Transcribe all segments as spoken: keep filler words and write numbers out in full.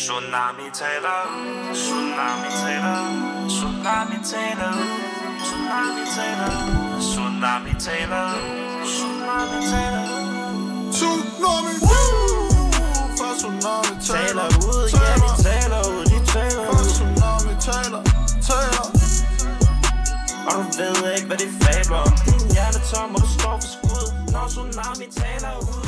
Tsunami taler, tsunami taler, tsunami taler, tsunami taler, tsunami taler, tsunami taler, Tsunami, for tsunami taler ud, ja vi taler ud, de taler ud, for tsunami taler, taler. Og du ved ikke hvad det fabler om. Din hjerte tom, og du står for skud, når tsunami taler ud.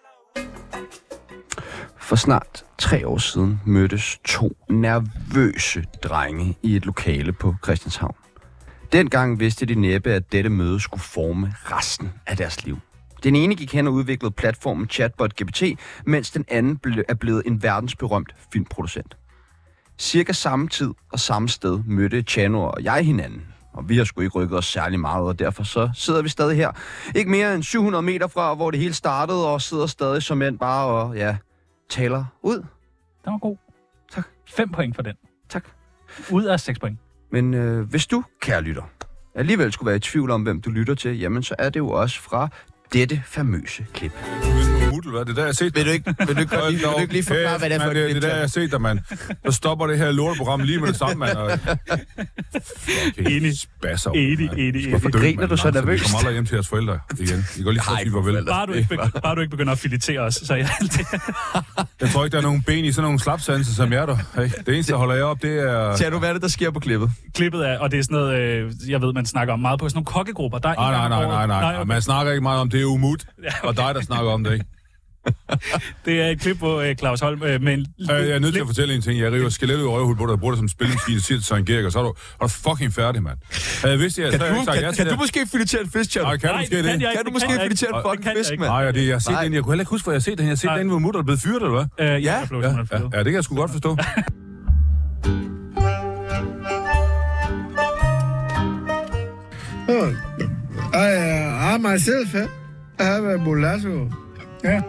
For snart tre år siden mødtes to nervøse drenge i et lokale på Christianshavn. Dengang vidste de næppe, at dette møde skulle forme resten af deres liv. Den ene gik hen og udviklede platformen Chatbot G P T, mens den anden ble- er blevet en verdensberømt filmproducent. Cirka samme tid og samme sted mødte Chano og jeg hinanden. Og vi har sgu ikke rykket os særlig meget, og derfor så sidder vi stadig her. Ikke mere end syv hundrede meter fra, hvor det hele startede, og sidder stadig som end bare og ja, taler ud. Den var god. Tak. Fem point for den. Tak. Ud af seks point. Men øh, hvis du, kære lytter, alligevel skulle være i tvivl om, hvem du lytter til, jamen så er det jo også fra dette famøse klip. Hvad? Det er der, jeg har set. Vil du ikke, vil du ikke, lige, vil du ikke lige forklare, hvad det er for et klip? Det er der, jeg har set dig, mand. Der stopper det her lorteprogram lige med det samme, mand. Og... Enig. Spasser. Enig, enig, enig. Hvorfor griner du så nervøst? Vi kommer aldrig hjem til jeres forældre igen. I går lige for at sige farvel. Bare du ikke, begy- bare du ikke begynder at filetere os, så jeg... Jeg tror ikke, der er nogen ben i sådan nogle slapsanser som jer, der. Hey, det eneste, der holder jeg op, det er... Tja, du, hvad er det, der sker på klippet? Klippet er, og det er sådan noget, øh, jeg ved, man snakker om meget på sådan nogle kokkegrupper. Der er Nej, nej, nej, nej, nej. nej okay. Man snakker ikke meget om, det er umut. Ja, okay. Og dig, der snakker om det, ikke? Det er et klip på øh, Claus Holm, øh, men... Øh, jeg er nødt til at fortælle en ting. Jeg river skelettet ud af røvhul på dig, og bruger det som spilmaskine til Søren Gerg, og så er du, er du fucking færdig, mand. Jeg vidste, jeg, Kan, så, du, jeg, sagt, kan, jeg, kan jeg, du måske filetere en fisk, Tja? Nej, kan du Nej, måske det det? kan jeg Kan du måske kan jeg filetere ikke. en fucking Det kan jeg fisk, ikke. mand? Nej, det, jeg har set Nej. den. Jeg kunne heller ikke huske, hvor jeg har set den. Jeg har set Nej. den, hvor mutter er blevet fyret, eller hvad? Øh, ja, Ja, jeg blev Ja, simpelthen ja, ja, det kan jeg sgu godt forstå. Oh, I, uh, I myself, eh? I have a mulatto. Yeah.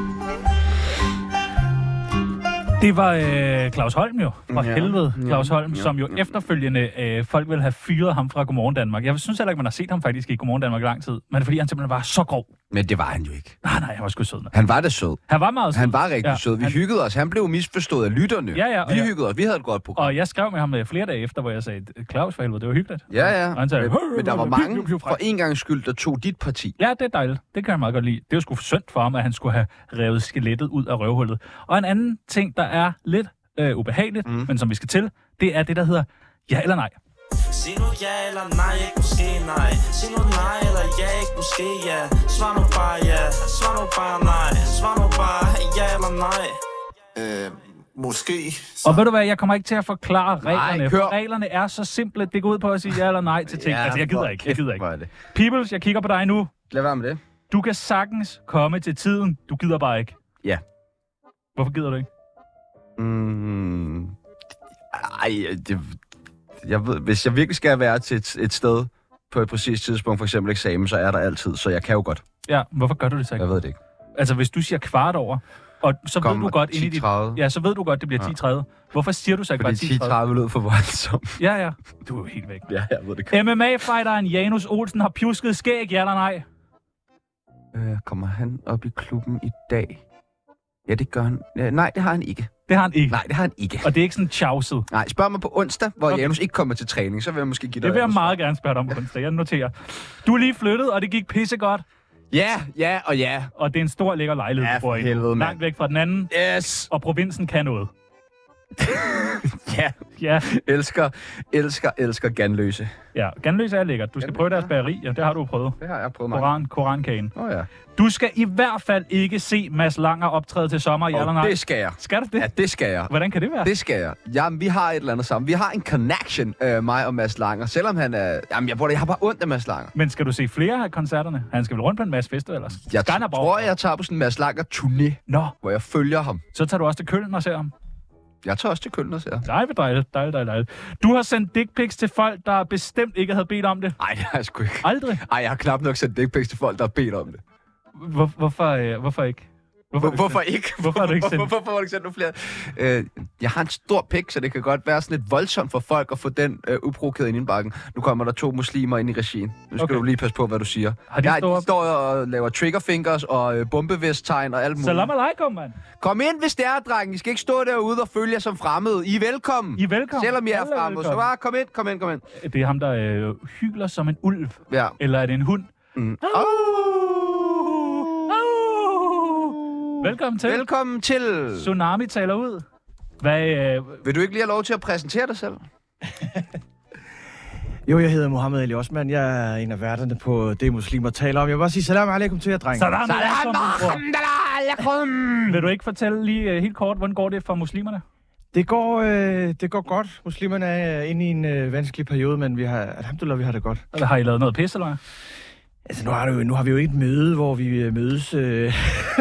Det var øh, Claus Holm jo, fra Ja, helvede, Claus ja, Holm, ja, som jo ja. efterfølgende øh, folk vil have fyret ham fra Godmorgen Danmark. Jeg synes heller ikke, man har set ham faktisk i Godmorgen Danmark i lang tid, men det er fordi, han simpelthen var så grov. Men det var han jo ikke. Nej, nej, han var sgu sød. Han var da sød. Han var meget sød. Han var rigtig Ja, sød. Vi han- hyggede os. Han blev misforstået af lytterne. Ja, ja, og Vi jeg- hyggede os. Vi havde et godt program. Og jeg skrev med ham øh, flere dage efter, hvor jeg sagde, Claus for helvede, det var hyggeligt. Ja, ja. Og han sagde, Men, men der var mange for en gang skyld, der tog dit parti. Ja, det er dejligt. Det kan jeg meget godt lide. Det var sgu synd for ham, at han skulle have revet skelettet ud af røvhullet. Og en anden ting, der er lidt øh, ubehageligt, mm. men som vi skal til, det er det, der hedder ja eller nej. Sig nu ja eller nej, ikke måske nej. Sig nu nej eller ja, ikke måske ja. Svar nu bare ja, svar nu bare nej. Svar nu bare ja eller nej. Øh, måske. Og ved du hvad, jeg kommer ikke til at forklare reglerne, kør. for reglerne er så simple, det går ud på at sige ja eller nej til ting. Ja, altså, jeg gider hvor ikke, jeg gider ikke. kæft, hvor er det. Peoples, jeg kigger på dig nu. Lad være med det. Du kan sagtens komme til tiden, du gider bare ikke. Ja. Hvorfor gider du ikke? Mm, ej, det, jeg ved, hvis jeg virkelig skal være til et, et sted på et præcist tidspunkt, for eksempel eksamen, så er der altid, så jeg kan jo godt. Ja, hvorfor gør du det så ikke? Jeg ved det ikke. Altså, hvis du siger kvart over, og så Kom, ved du godt, ti inde i dit... tredive. Ja, så ved du godt, det bliver ti tredive. Hvorfor siger du så ikke bare Fordi ti ti tredive? tredive lød for voldsomt. Ja, ja. Du er jo helt væk. Ja, jeg ved det godt. M M A-fighteren Janus Olsen har pjusket skæg, ja eller nej? Øh, kommer han op i klubben i dag? Ja, det gør han. Øh, nej, det har han ikke. Det har han ikke. Nej, det har han ikke. Og det er ikke sådan tjavset. Nej, spørg mig på onsdag, hvor Okay. okay. Janus ikke kommer til træning, så vil jeg måske give dig... Det vil jeg et meget gerne spørge dig om på onsdag. Jeg noterer. Du er lige flyttet, og det gik pissegodt. Ja, ja og ja. Og det er en stor, lækker lejlighed, Ja, du bor i. for helvede, mand. Langt væk fra den anden. Yes! Og provinsen kan noget. Ja, Ja, elsker, elsker, elsker Ganløse. ja. Ganløse er lækkert. Du skal Jamen, prøve deres ja. bageri. Ja, det har du jo prøvet. Det har jeg prøvet mig. Koran, korankagen. Åh oh, ja. Du skal i hvert fald ikke se Mads Langer optræde til sommer, ja eller nej? det skal jeg. Skal du det? Ja, det skal jeg. Hvordan kan det være? Det skal jeg. Jamen, vi har et eller andet sammen. Vi har en connection, øh, mig og Mads Langer. Selvom han er... Jamen, jeg, jeg har bare ondt af Mads Langer. Men skal du se flere af koncerterne? Han skal vel rundt på en masse fester ellers? Jeg Skal han have tror, borg? jeg tager på sådan en Mads Langer-turné, Nå, hvor jeg følger ham. så tager du også til Køln og ser ham. Jeg tager også til Køln og ser. Nej, hvor dejligt, dejligt, dejligt, dejligt. Du har sendt dick pics til folk, der bestemt ikke havde bedt om det. Nej, det har jeg sgu ikke. Aldrig. Ej, jeg har knap nok sendt dick pics til folk, der har bedt om det. Hvor, hvorfor, øh, hvorfor ikke? Hvorfor, Hvorfor ikke? Hvorfor har du ikke sendt? Hvorfor får du ikke sendt nogle flere? Øh, jeg har en stor pik, så det kan godt være sådan lidt voldsomt for folk at få den øh, uprovokeret ind i indbakken. Nu kommer der to muslimer ind i regien. Nu skal Okay. du lige passe på, hvad du siger. Har de ja, stået de op? står og laver triggerfingers og øh, bombevesttegn og alt muligt. Salam alaikum, mand. Kom ind, hvis det er, drengen. I skal ikke stå derude og følge jer som fremmede. I er velkommen. I er velkommen. Selvom I er Alle er fremmede. Så velkommen. bare kom ind, kom ind, kom ind. Det er ham, der øh, hygler som en ulv. Ja. Eller er det en hund? Mm. Au! Au! Velkommen til. Velkommen til. Tsunami taler ud. Hvad, øh, Vil du ikke lige have lov til at præsentere dig selv? Jo, jeg hedder Mohammed Ali Osman. Jeg er en af værterne på Det Muslimer taler om. Jeg vil bare sige salam alaikum til jer, drenge. Salam alaikum. Vil du ikke fortælle lige uh, helt kort, hvordan går det for muslimerne? Det går, øh, det går godt. Muslimerne er inde i en øh, vanskelig periode, men vi har, alhamdulillah, vi har det godt. Eller har I lavet noget pis, eller hvad? Altså, nu har, det jo, nu har vi jo ikke et møde, hvor vi øh, mødes. Øh...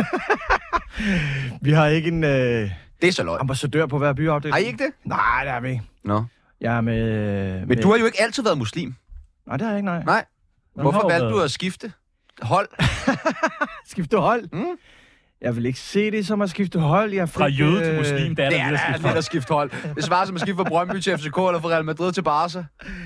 vi har ikke en øh, Det er så løgn. ambassadør på hver byafdeling. Har I ikke det? Nej, det er vi ikke. Nå. Jeg er med... med... Men du har jo ikke altid været muslim. Nej, det har jeg ikke, nej. Nej. Hvorfor har jo valgte været- du at skifte hold? Skifte hold? Mm? Jeg vil ikke se det som at skifte hold. Jeg Fra fik, jøde til øh, muslim, det er Det der er lidt da at skifte lidt at skifte hold. Det svarer som at skifte fra Brøndby til F C K eller fra Real Madrid til Barca.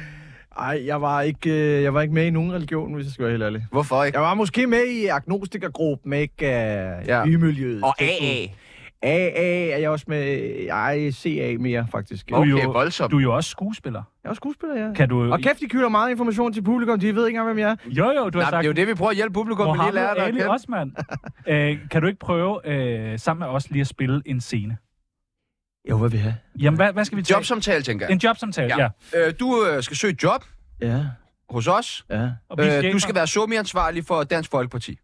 Ej, jeg var ikke, øh, jeg var ikke med i nogen religion, hvis jeg skal være helt ærlig. Hvorfor ikke? Jeg var måske med i agnostikergruppen, ikke? Uh, Ja. ja. Y-miljøet. Og A A. A A er jeg også med. Jeg er C A mere, faktisk. Du er Okay, jo- voldsomt. Du er jo også skuespiller. Jeg er skuespiller, ja. Kan du... Og kæft, de kylder meget information til publikum. De ved ikke engang, hvem jeg er. Jo, jo, du har Nej, sagt... det er jo det, vi prøver at hjælpe publikum med lige Mohammed lære dig at Ali kende. Osman. øh, kan du ikke prøve øh, sammen med os lige at spille en scene? Jo, hvad vil jeg have? Jamen, hvad, hvad skal vi tage? Jobsamtale, tænker jeg. En jobsamtale, ja. Ja. Øh, du øh, skal søge et job Ja, hos os. ja. Og vi Øh, du skal være somi-ansvarlig for Dansk Folkeparti.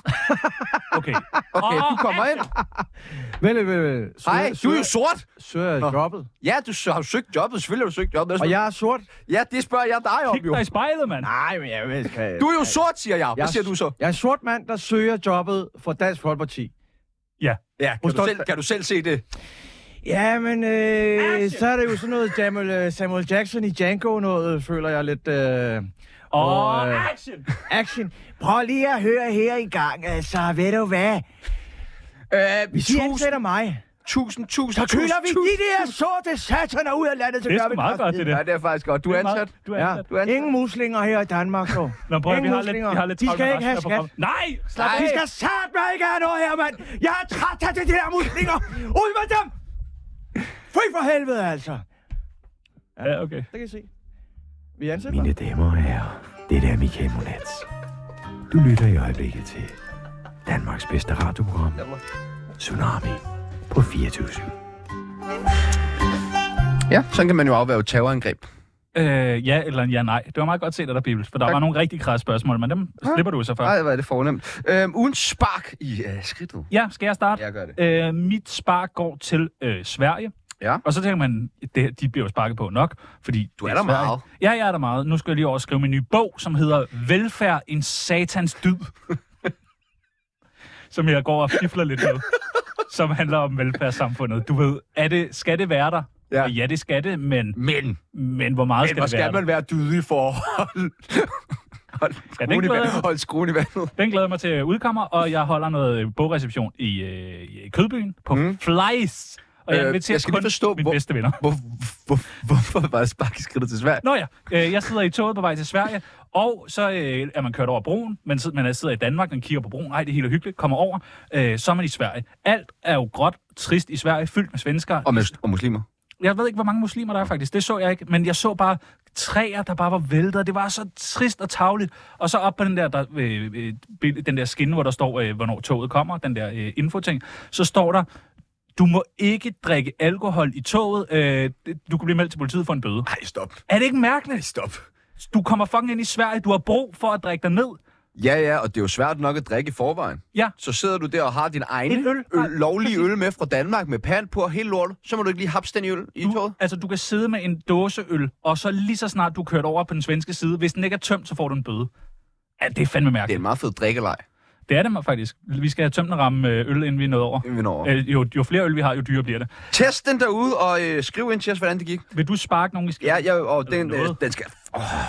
Okay. Okay, Åh, du kommer ind. Vent, vent, vent. Hej, du er jo sort. Søger Nå. jobbet. Ja, du s- har jo søgt jobbet. Selvfølgelig har du søgt jobbet. Og jeg er sort. Ja, det spørger jeg dig om, Kig jo. dig i spejlet, mand. Nej, men jeg ved ikke. Du er jo sort, siger jeg. Hvad Jeg- siger du så? Jeg er en sort mand, der søger jobbet for Dansk Folkeparti. Ja, kan du, Forstår- selv, kan du selv se det? Ja, men øh, så er det jo sådan noget Samuel, Samuel Jackson i Django noget, føler jeg lidt... Øh, Og og, øh, action! action. Prøv lige at høre her en gang, altså, ved du hvad? Øh, Hvis I ansætter mig, tusind, tusind, så køler vi tusind, de der sorte sataner ud af landet, så Det er gør sgu vi meget godt, det der. Ja, det er faktisk godt. Du er Det meget- ansat. Du er Ja, ansat. Du er ansat. ingen muslinger her i Danmark, så. Nå, prøv at, vi Ingen har lidt, muslinger. vi har lidt De travlt skal med ikke have resten af skat. programmet. Nej! Slap De af! skal satme ikke have noget her, mand! Jeg er træt af de der muslinger! Ud med dem! Fri for helvede, altså! Ja, okay. Det kan I se. Vi ansætter. Mine damer og herrer, det er Michael Monats. Du lytter i øjeblikket til Danmarks bedste radioprogram, Tsunami på fireogtyve syv. Ja, sådan kan man jo afværge terrorangreb. Øh, ja eller en ja-nej. Det var meget godt set af dig, Bibels, for der Tak. var nogle rigtig krasse spørgsmål, men dem slipper du så for. Nej, hvor er det fornemt. Øhm, ugens spark i uh, skridtet. Ja, skal jeg starte? Jeg gør det. Øh, mit spark går til øh, Sverige. Ja. Og så tænker man, det, de bliver jo sparket på nok, fordi Du det er der Sverige. meget. Ja, jeg er der meget. Nu skal jeg lige over og skrive min nye bog, som hedder Velfærd, en satans dyd. som jeg går og fifler lidt med. Som handler om velfærdssamfundet. Du ved, er det, skal det være der? Ja. Og ja, det skal det, men, Men, men hvor meget men skal hvor det være skal man være dydig for at holde, holde, Ja, den skruen i glæder vandet, jeg. holde skruen i vandet? Den glæder jeg mig til at udkommer, og jeg holder noget bogreception i, øh, i Kødbyen på Mm. mm. Fleis. Og jeg Øh, inviterer jeg skal kun lige forstå, mine hvor- bedste venner. Hvor, hvor, hvorfor var det spark i skridtet til Sverige? Nå ja, øh, jeg sidder i toget på vej til Sverige, og så øh, er man kørt over broen, men sid- man sidder i Danmark, man kigger på broen, ej, det er helt hyggeligt, kommer over, øh, så er man i Sverige. Alt er jo gråt, trist i Sverige, fyldt med svenskere. Og, med, og muslimer. Jeg ved ikke, hvor mange muslimer der er faktisk, det så jeg ikke, men jeg så bare træer, der bare var væltet, det var så trist og tarveligt. Og så op på den der, der øh, øh, bill- den der skinne, hvor der står, øh, hvornår toget kommer, den der øh, infoting, så står der, du må ikke drikke alkohol i toget, øh, det- du kan blive meldt til politiet for en bøde. Nej, stop. Er det ikke mærkeligt? Stop. Du kommer fucking ind i Sverige, du har brug for at drikke dig ned. Ja, ja, og det er jo svært nok at drikke i forvejen. Ja. Så sidder du der og har din egen En øl. øl, lovlige øl med fra Danmark med pant på og helt lortet. Så må du ikke lige hapse den i øl i Du, toget. altså, du kan sidde med en dåse øl, og så lige så snart du er kørt over på den svenske side, hvis den ikke er tømt, så får du en bøde. Ja, det er fandme Det er mærkeligt. en meget fed drikkeleg. Det er det faktisk. Vi skal have tømt en ramme øh, øl, inden vi er nået over. inden vi når over. Øh, jo, jo flere øl vi har, jo dyrere bliver det. Test den derude og øh, skriv ind til os, hvordan det gik. Vil du sparke nogen i skæg? Ja, ja og den, Noget. øh, den skal... Åh,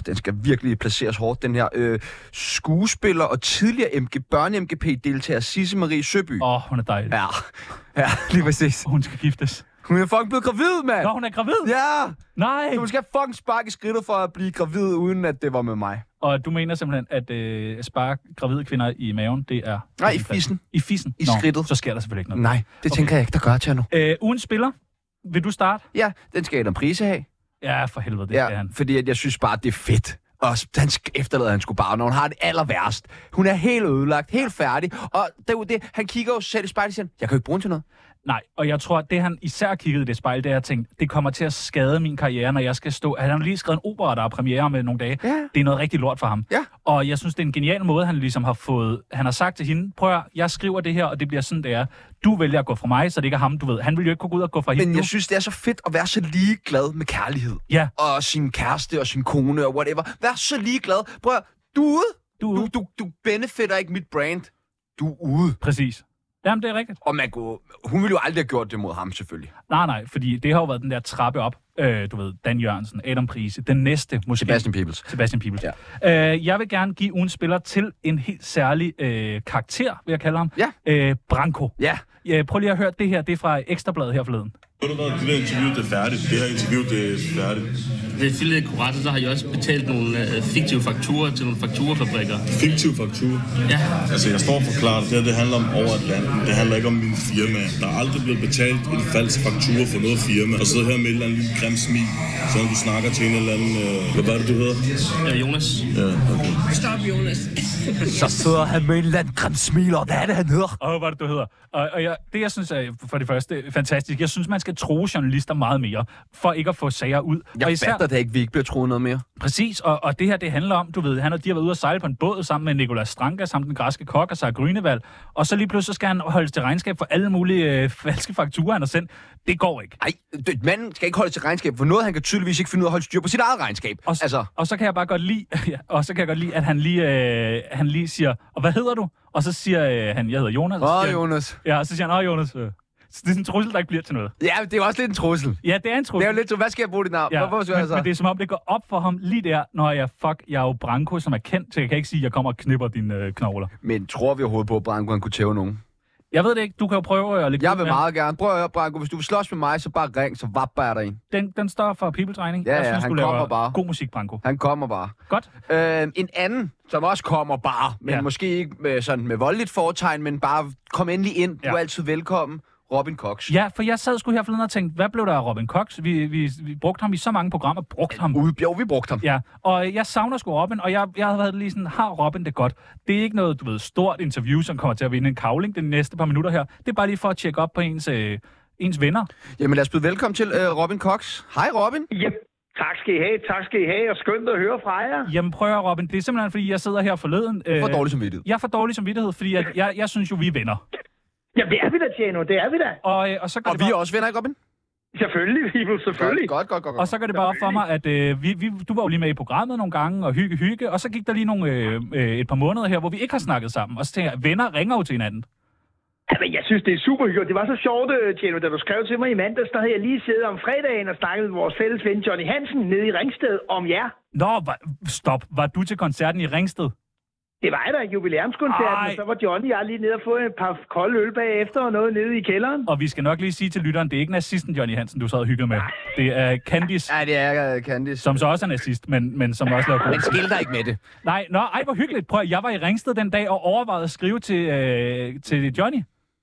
den skal virkelig placeres hårdt, den her øh, skuespiller og tidligere M G, børne-M G P-deltager Sisse Marie Søby. Åh, oh, hun er dejlig. Ja, ja, lige præcis. Hun skal giftes. Hun er fucking blevet gravid, mand! Nå, hun er gravid? Ja! Nej! Så hun skal fucking sparke skridtet for at blive gravid, uden at det var med mig. Og du mener simpelthen, at øh, at sparke gravide kvinder i maven, det er... Nej, i fissen. I fissen? I Nå, skridtet. så sker der selvfølgelig ikke noget. Nej, det tænker okay. jeg ikke, der gør til nu. Øh, ugens spiller. Vil du starte? Ja, den skal Adam Prise have. Ja, for helvede, det ja, skal han. Fordi at jeg synes bare, det er fedt. Og han efterlader han sgu bare, når hun har det aller værst. Hun er helt ødelagt, helt færdig. Og det er jo det, han kigger jo selv i spejlet og siger, jeg kan jo ikke bruge den til noget. Nej, og jeg tror, at det han især kiggede i det spejl, det er, at jeg tænkte, det kommer til at skade min karriere, når jeg skal stå... Han har lige skrevet en opera, der er premiere med nogle dage. Ja. Det er noget rigtig lort for ham. Ja. Og jeg synes, det er en genial måde, han ligesom har fået... Han har sagt til hende, prøv at, jeg skriver det her, og det bliver sådan, det er. Du vælger at gå fra mig, så det ikke er ham, du ved. Han vil jo ikke kunne gå ud og gå fra hende. Men nu. jeg synes, det er så fedt at være så ligeglad med kærlighed. Ja. Og sin kæreste og sin kone og whatever. Vær så ligeglad. Prøv at, du er ude. Du, du, du, du benefitter ikke mit brand. Du er ude. Præcis. Jamen, det er rigtigt. Og man kunne, hun ville jo aldrig have gjort det mod ham, selvfølgelig. Nej, nej, fordi det har jo været den der trappe op. Øh, du ved, Dan Jørgensen, Adam Prise, den næste måske. Sebastian Peebles. Sebastian Peebles. Ja. Øh, jeg vil gerne give ugens spiller til en helt særlig øh, karakter, vil jeg kalde ham. Ja. Øh, Branko. Ja. Ja, prøv lige at høre det her, det er fra Ekstrabladet her forleden. Ved du hvad, det der interview, det er færdigt. Det her interview, det er færdigt. Ved Fille Corretto, så har I også betalt nogle uh, fiktive fakturer til nogle fakturafabrikker. Fiktive fakturer? Ja. Altså, jeg står og forklarer det. Det her, det handler om over Atlanten. Det handler ikke om min firma. Der er aldrig blevet betalt en falsk faktura for noget firma. Og sidder her med et eller andet lille grim smil, selvom du snakker til en eller anden... Øh, hvad var det, du hedder? Ja, Jonas. Ja, okay. Stop, Jonas. Så sidder han med en eller anden grim smil, og hvad er det, han hedder? Åh, oh, hvad er det, du hedder? Og, og jeg, det, jeg synes er for det første fantastisk, jeg synes, man skal tro journalister meget mere, for ikke at få sager ud. Jeg og især, fatter det ikke, vi ikke bliver troet noget mere. Præcis, og, og det her, det handler om, du ved, han og de har været ude at sejle på en båd sammen med Nicolas Stranka, samt den græske kok og Sarah Grünewald, og så lige pludselig skal han holdes til regnskab for alle mulige øh, falske fakturer, han har sendt. Det går ikke. Nej, manden skal ikke holde til regnskab for noget, han kan tydeligvis ikke finde ud af at holde styr på sit eget regnskab. Og, altså. og så kan jeg bare godt lide, ja, og så kan jeg godt lide, at han lige, øh, han lige siger, og hvad hedder du? Og så siger øh, han, jeg hedder Jonas. Åh, oh, Jonas. Ja, og så siger han, åh, Jonas. Øh. Så det er sådan en trussel, der ikke bliver til noget. Ja, det er jo også lidt en trussel. Ja, det er en trussel. Det er jo lidt så, hvad skal jeg bruge dit navn? Ja, Hvorfor skal men, jeg så? men det er som om, det går op for ham lige der, når jeg, fuck, jeg er jo Branko, som er kendt, så jeg kan ikke sige, at jeg kommer og knipper dine øh, knogler. Men tror vi overhovedet på, at Branko han kunne tæve nogen? Jeg ved det ikke, du kan jo prøve at lægge Jeg ud vil med. meget gerne. Prøv at høre, Branko, hvis du vil slås med mig, så bare ring, så vapper jeg dig en. Den, den står for People's Regning. Ja, jeg ja, synes, han du laver kommer bare. God musik, Branko. Han kommer bare. Godt. Øh, en anden, som også kommer bare, men Ja. måske ikke med, sådan med voldeligt foretegn, men bare kom endelig ind. Du Ja. er altid velkommen. Robin Cox. Ja, for jeg sad sgu her forleden og tænkte, hvad blev der af Robin Cox? Vi, vi, vi brugte ham i så mange programmer. Brugte ham. Ude, jo, vi brugte ham. Ja, og jeg savner sgu Robin, og jeg, jeg havde været lige sådan, har Robin det godt? Det er ikke noget, du ved, stort interview, som kommer til at vinde en kavling de næste par minutter her. Det er bare lige for at tjekke op på ens, øh, ens venner. Jamen lad os byde velkommen til øh, Robin Cox. Hej Robin. Yep. Tak skal I have, tak skal I have, og skønt at høre fra jer. Jamen prøv at høre, Robin, det er simpelthen, fordi jeg sidder her forleden. Øh, for dårlig samvittighed. Jeg er for dårlig samvittighed, fordi jeg, jeg, jeg synes jo, vi er venner. Jamen det er vi da, Tjeno, det er vi da. Og, øh, og, så går og det vi bare... er også venner, ikke Robin? Selvfølgelig, Vibel, selvfølgelig. Godt, godt, godt, godt. Og så går det bare op for mig, at øh, vi, vi, du var jo lige med i programmet nogle gange, og hygge, hygge, og så gik der lige nogle, øh, øh, et par måneder her, hvor vi ikke har snakket sammen. Og så tænker jeg, venner ringer jo til hinanden. Jamen, jeg synes, det er super hyggeligt. Det var så sjovt, Tjeno, da du skrev til mig i mandags, der havde jeg lige siddet om fredagen og snakket med vores fælles ven Johnny Hansen nede i Ringsted om jer. Nå, var, stop. Var du til koncerten i Ringsted? Det var der, jubilæumskoncerten, og så var Johnny og jeg lige nede og få et par kolde øl bagefter og noget nede i kælderen. Og vi skal nok lige sige til lytteren, det er ikke nazisten Johnny Hansen, du sad og hyggede med. Det er Candice. Ja, det er uh, Candice. Som så også er nazist, men, men som også laver god. Men skil dig ikke med det. Nej, nå, ej, hvor hyggeligt. Prøv, jeg var i Ringsted den dag og overvejede at skrive til, øh, til Johnny.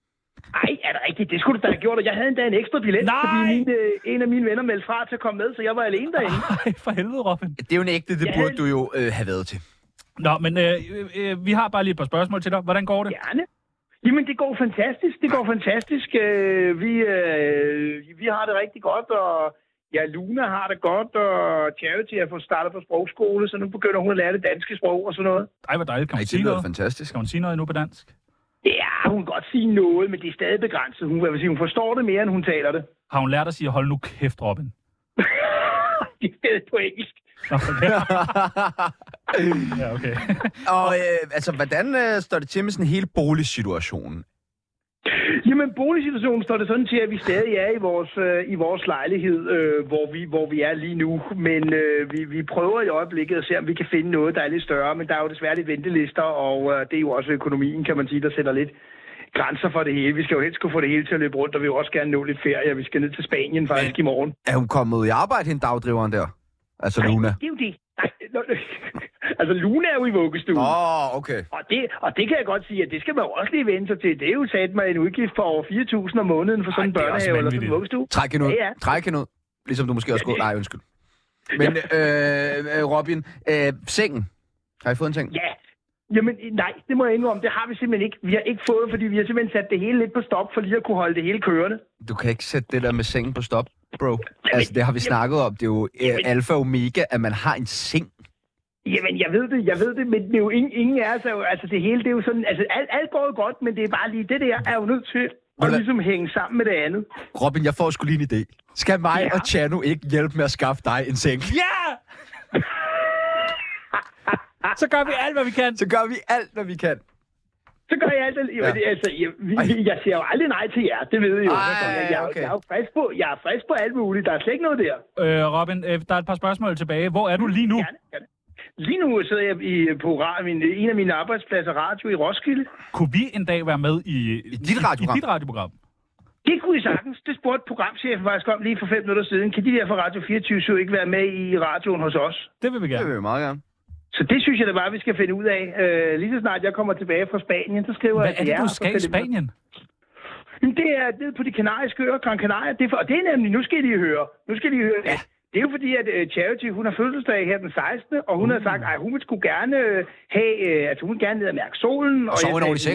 Ej, er det rigtigt? Det skulle du da have gjort, og jeg havde endda en ekstra billet, Nej! fordi min, øh, en af mine venner meldte fra til at komme med, så jeg var alene derinde. Nej, for helvede, Robin. Det er jo en ægte, det burde du jo øh, have været til. Nå, men øh, øh, vi har bare lige et par spørgsmål til dig. Hvordan går det? Gerne. Jamen, det går fantastisk. Det går fantastisk. Øh, vi, øh, vi har det rigtig godt, og ja, Luna har det godt, og Charity har fået startet på sprogskole, så nu begynder hun at lære det danske sprog og sådan noget. Ej, hvor dejligt. Kan hun Ej, sige det noget? fantastisk. Kan hun sige noget nu på dansk? Ja, hun kan godt sige noget, men det er stadig begrænset. Hun, vil sige, hun forstår det mere, end hun taler det. Har hun lært at sige, hold nu kæft, Robin? Det er stadig på engelsk. Ja, okay. Og øh, altså, hvordan øh, står det til med sådan hele boligsituationen? Jamen, boligsituationen står det sådan til, at vi stadig er i vores, øh, i vores lejlighed, øh, hvor, vi, hvor vi er lige nu. Men øh, vi, vi prøver i øjeblikket at se, om vi kan finde noget, der er lidt større. Men der er jo desværre lidt ventelister, og øh, det er jo også økonomien, kan man sige, der sætter lidt grænser for det hele. Vi skal jo helst kunne få det hele til at løbe rundt, og vi vil også gerne nå lidt ferie. Vi skal ned til Spanien faktisk Men, i morgen. Er hun kommet i arbejde, hende dagdriveren der? Altså Luna? Nej, det er jo det. Nej, altså Luna er jo i vuggestuen. Åh, oh, okay. Og det, og det kan jeg godt sige, at det skal man jo også lige vende sig til. Det er jo sat mig en udgift for over fire tusind om måneden for sådan en børnehave eller sådan en vuggestue. Træk hende ud. Ja, ja. Træk hende ud. Ligesom du måske også ja, det... Nej, undskyld. Men øh, Robin, øh, sengen. Har I fået en seng? Ja. Jamen, nej, det må jeg indrømme. Det har vi simpelthen ikke. Vi har ikke fået, fordi vi har simpelthen sat det hele lidt på stop, for lige at kunne holde det hele kørende. Du kan ikke sætte det der med sengen på stop, bro. Altså, det har vi snakket om. Det er jo jamen, alfa og omega, at man har en seng. Jamen, jeg ved det, jeg ved det, men det er jo ingen, ingen af os. Altså, det hele, det er jo sådan... Altså, alt, alt går jo godt, men det er bare lige det der, er jo nødt til at ligesom hænge sammen med det andet. Robin, jeg får sgu lige en idé. Skal mig ja. og Tjano ikke hjælpe med at skaffe dig en seng? Ja! Så gør vi alt, hvad vi kan. Så gør vi alt, hvad vi kan. Så gør jeg alt. Jo, ja. det, altså, jeg, vi, jeg siger jo aldrig nej til jer, det ved I jo. Ej, jeg, jeg, okay. jeg, er jo frisk på, jeg er frisk på alt muligt. Der er slet ikke noget der. Øh, Robin, øh, der er et par spørgsmål tilbage. Hvor er du lige nu? Gerne, gerne. Lige nu sidder jeg i, på min, en af mine arbejdspladser, radio i Roskilde. Kunne vi en dag være med i, I, dit, radioprogram? i dit radioprogram? Det kunne I sagtens. Det spurgte programchefen faktisk om lige for fem minutter siden. Kan de der fra Radio fireogtyve syv ikke være med i radioen hos os? Det vil vi gerne. Det vil vi meget gerne. Så det synes jeg da bare, vi skal finde ud af. Øh, lige så snart jeg kommer tilbage fra Spanien, så skriver Hvad jeg... Hvad er det, du skal i Spanien? Jamen, det er nede på de kanariske øer, Gran Canaria. Det er for, og det er nemlig... Nu skal I høre. Nu skal I høre. Ja. Det er jo fordi, at uh, Charity, hun har fødselsdag her den sekstende og hun uh. har sagt, at hun vil sgu gerne uh, have... Uh, altså, hun vil gerne ned og mærke solen. Og, og sove en ordentlig seng?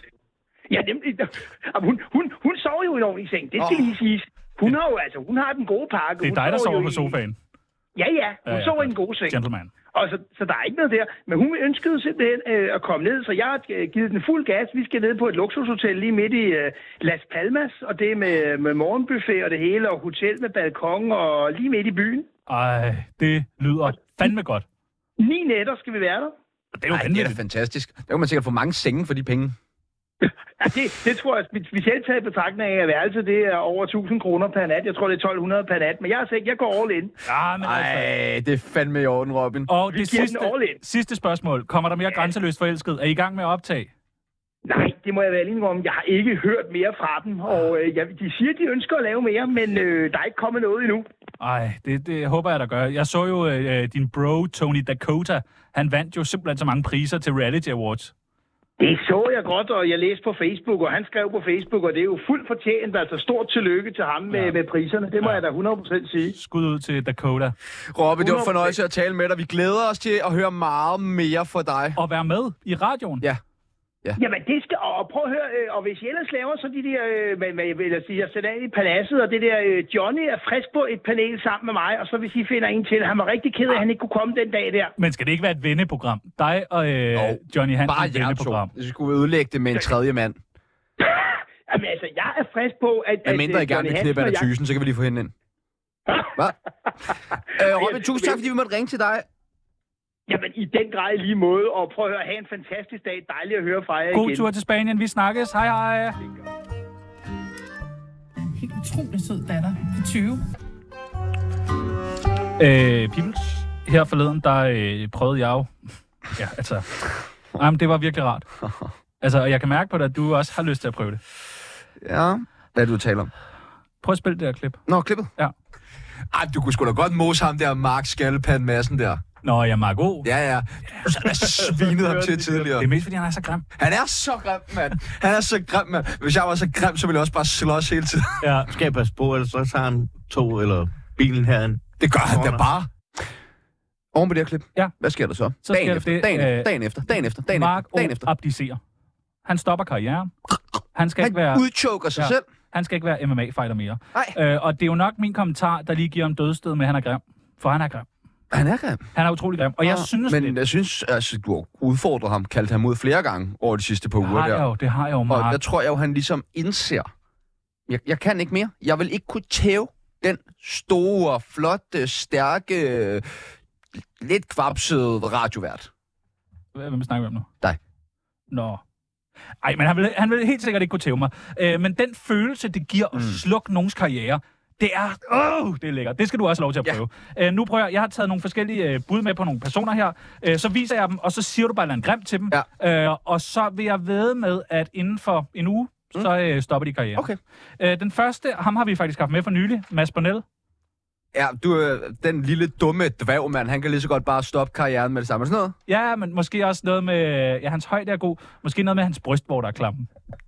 Ja, nemlig. hun, hun, hun sover jo i en ordentlig seng. Det skal oh. lige siges. Hun har jo altså... Hun har den gode pakke. Det er hun dig, der sover på i... sofaen. Ja, ja. Hun ja, ja, sover i en god seng. Gentleman. Og så, så der er ikke noget der. Men hun ønskede simpelthen øh, at komme ned, så jeg har øh, givet den fuld gas. Vi skal ned på et luksushotel lige midt i øh, Las Palmas, og det er med, med morgenbuffet og det hele, og hotel med balkon og lige midt i byen. Ej, det lyder fandme godt. Ni nætter skal vi være der. Det er jo Ej, det er fantastisk. Der kan man sikkert få mange senge for de penge. Ja, det, det tror jeg specielt taget i betragtning af, at værelse det er over tusind kroner per nat. Jeg tror, det er tolv hundrede per nat, men jeg har sagt, jeg går all in. Ja, men altså... Ej, det er fandme i orden, Robin. Og det sidste, sidste spørgsmål. Kommer der mere ja. grænseløst forelsket? Er I i gang med at optage? Nej, det må jeg være alene om. Jeg har ikke hørt mere fra dem, og øh, jeg, de siger, de ønsker at lave mere, men øh, der er ikke kommet noget endnu. Ej, det, det håber jeg, der gør. Jeg så jo øh, din bro, Tony Dakota. Han vandt jo simpelthen så mange priser til Reality Awards. Det så jeg godt, og jeg læste på Facebook, og han skrev på Facebook, og det er jo fuldt fortjent. Altså stort tillykke til ham med, ja. med priserne. Det må ja. jeg da hundrede procent sige. Skud ud til Dakota. Robin, det var fornøjelse at tale med dig. Vi glæder os til at høre meget mere fra dig. Og være med i radioen. Ja. Ja. Jamen, det skal... Og prøv at høre, øh, og hvis I ellers laver så de der... Øh, med, med, jeg vil sige, jeg sætter af i paladset, og det der... Øh, Johnny er frisk på et panel sammen med mig, og så hvis I finder en til, han var rigtig ked af, at han ikke kunne komme den dag der. Men skal det ikke være et venneprogram? Dig og øh, oh, Johnny Hansen et venneprogram. Hvis vi skulle udlægge det med en tredje mand. Jamen altså, jeg er frisk på, at... Men mindre I gerne vil knippe af tysen, så kan vi lige få hende ind. Hvad? øh, Robin, tusind tak, fordi vi måtte ringe til dig. Jamen, i den grad i lige måde, og prøv at høre, have en fantastisk dag. Dejligt at høre fra jer igen. God tur til Spanien, vi snakkes. Hej hej. Helt utrolig sød datter på tyve. Øh, Peoples, her forleden, der øh, prøvede jeg jo... Ja, altså... Jamen, det var virkelig rart. Altså, og jeg kan mærke på dig, at du også har lyst til at prøve det. Ja, hvad er det, du taler om? Prøv at spille det her klip. Nå, klippet? Ja. Ej, du kunne sgu da godt mose ham der, Mark Skallepand Madsen der. Nå, jeg er Mark O. Ja, ja. Så han er svinet ham til tidligere. Det er mest, fordi han er så grim. Han er så grim, mand. Han er så grim, mand. Hvis jeg var så grim, så ville jeg også bare slås hele tiden. Ja. Skal jeg passe på, ellers så tager han to eller bilen herinde. Det gør han da bare. Oven på det her klip. Ja. Hvad sker der så? så dagen, efter, det, dagen, øh, efter, dagen efter, dagen efter, dagen Mark efter, dagen efter. Mark O abdicerer. Han stopper karrieren. Han skal han ikke være... udchoker sig ja. selv. Han skal ikke være M M A-fighter mere. Øh, og det er jo nok min kommentar, der lige giver ham dødsstød med, at han er grim. For han er grim. Han er grim. Han er utrolig grim. Og jeg ja, synes Men lidt, jeg synes, altså, du har udfordret ham, kaldt ham ud flere gange over de sidste par uger der. Jo, det har jeg jo, Mark. Og der tror jeg jo, han ligesom indser, jeg, jeg kan ikke mere. Jeg vil ikke kunne tæve den store, flotte, stærke, lidt kvapsede radiovært. Hvem snakker vi om nu? Dig. Nå. Ej, men han vil, han vil helt sikkert ikke kunne tæve mig. Øh, men den følelse, det giver at slukke nogens karriere, det er, åh, det er lækkert. Det skal du også have lov til at prøve. Ja. Øh, nu prøver jeg, jeg har taget nogle forskellige øh, bud med på nogle personer her. Øh, så viser jeg dem, og så siger du bare noget grimt til dem. Ja. Øh, og så vil jeg vædde med, at inden for en uge, mm. så øh, stopper de karriere. Okay. Øh, den første, ham har vi faktisk haft med for nylig, Mads Bonnell. Ja, du øh, den lille dumme dværg, mand, han kan lige så godt bare stoppe karrieren med det samme. Sådan noget? Ja, men måske også noget med, ja, hans højde er god. Måske noget med hans brystvorter er klamme.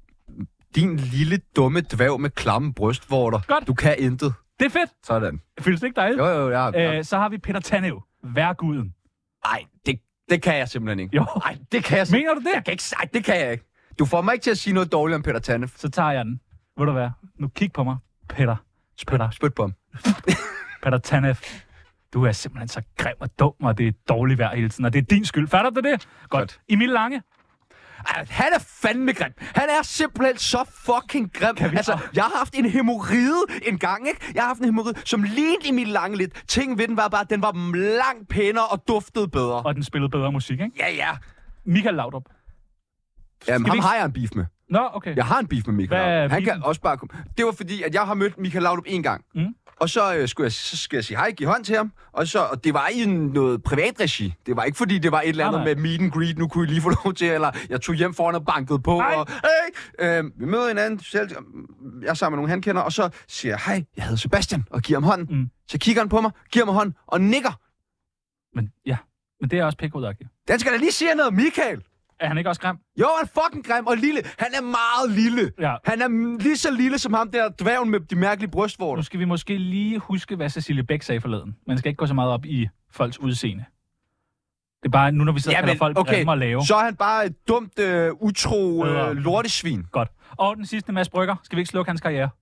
Din lille dumme dværg med klamme brystvorter. Godt. Du kan intet. Det er fedt. Sådan. Føles det ikke dejligt? Jo, jo, ja. ja. Øh, så har vi Peter Tanev. Værguden. Nej, det, det kan jeg simpelthen ikke. Jo. Nej, det kan jeg simpelthen. Mener du det? Jeg kan ikke, ej, det kan jeg ikke. Du får mig ikke til at sige noget dårligt om Peter Tanev. Så tager jeg den. Ved du hvad? Nu kig på mig. Peter. Peter. Spyt på ham. Peter Tanev. Du er simpelthen så grim og dum, og det er dårligt vejr hele tiden, og det er din skyld. Fatter du det? Godt. Godt. Emil Lange. Ej, han er fandme grim. Han er simpelthen så fucking grim. Altså, jeg har haft en hemorrhide en gang, ikke? Jeg har haft en hemorrhide, som lignede Emil Lange lidt. Ting ved den var bare, at den var langt pænere og duftede bedre. Og den spillede bedre musik, ikke? Ja, ja. Michael Laudrup. Jamen, ham ikke... har jeg en beef med. Nå, okay. Jeg har en beef med Michael Laudrup. Han kan også bare komme. Det var fordi, at jeg har mødt Michael Laudrup en gang. Mm. Og så, øh, skulle jeg, så skal jeg sige hej, give hånd til ham. Og, så, og det var i noget privat regi. Det var ikke fordi, det var et eller andet ah, med meet and greet. Nu kunne I lige få lov til, eller jeg tog hjem foran og bankede på. Ej. Og hey, øh, vi møder hinanden. Selv, jeg er sammen med nogle han kender. Og så siger jeg, hej, jeg hedder Sebastian. Og giver ham hånden. Mm. Så kigger han på mig, giver mig hånden og nikker. Men ja, men det er også pikudagtigt. Den skal da lige sige noget, Michael. Er han ikke også grim? Jo, han er fucking grim og lille. Han er meget lille. Ja. Han er lige så lille som ham der dværgen med de mærkelige brystvorter. Nu skal vi måske lige huske, hvad Cecilie Bæk sagde forleden. Man skal ikke gå så meget op i folks udseende. Det er bare nu, når vi sidder ja, og folk okay. grimme og lave. Så er han bare et dumt, øh, utro øh, lortesvin. Godt. Og den sidste, Mads Brygger. Skal vi ikke slukke hans karriere?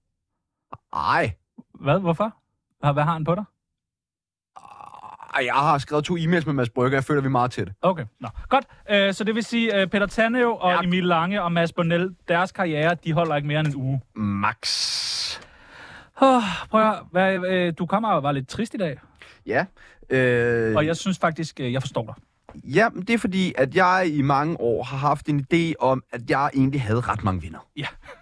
Ej. Hvad? Hvorfor? Hvad har han på dig? Ej, jeg har skrevet to e-mails med Mads Brygger. Jeg føler, vi er meget tæt. Okay, nå. Godt. Uh, så det vil sige, uh, Peter Tanev og ja. Emil Lange og Mads Bonnell, deres karriere, de holder ikke mere end en uge. Max. Oh, prøv at hvad, uh, du kommer og var lidt trist i dag. Ja. Øh... Og jeg synes faktisk, uh, jeg forstår dig. Ja, det er fordi, at jeg i mange år har haft en idé om, at jeg egentlig havde ret mange venner. Ja.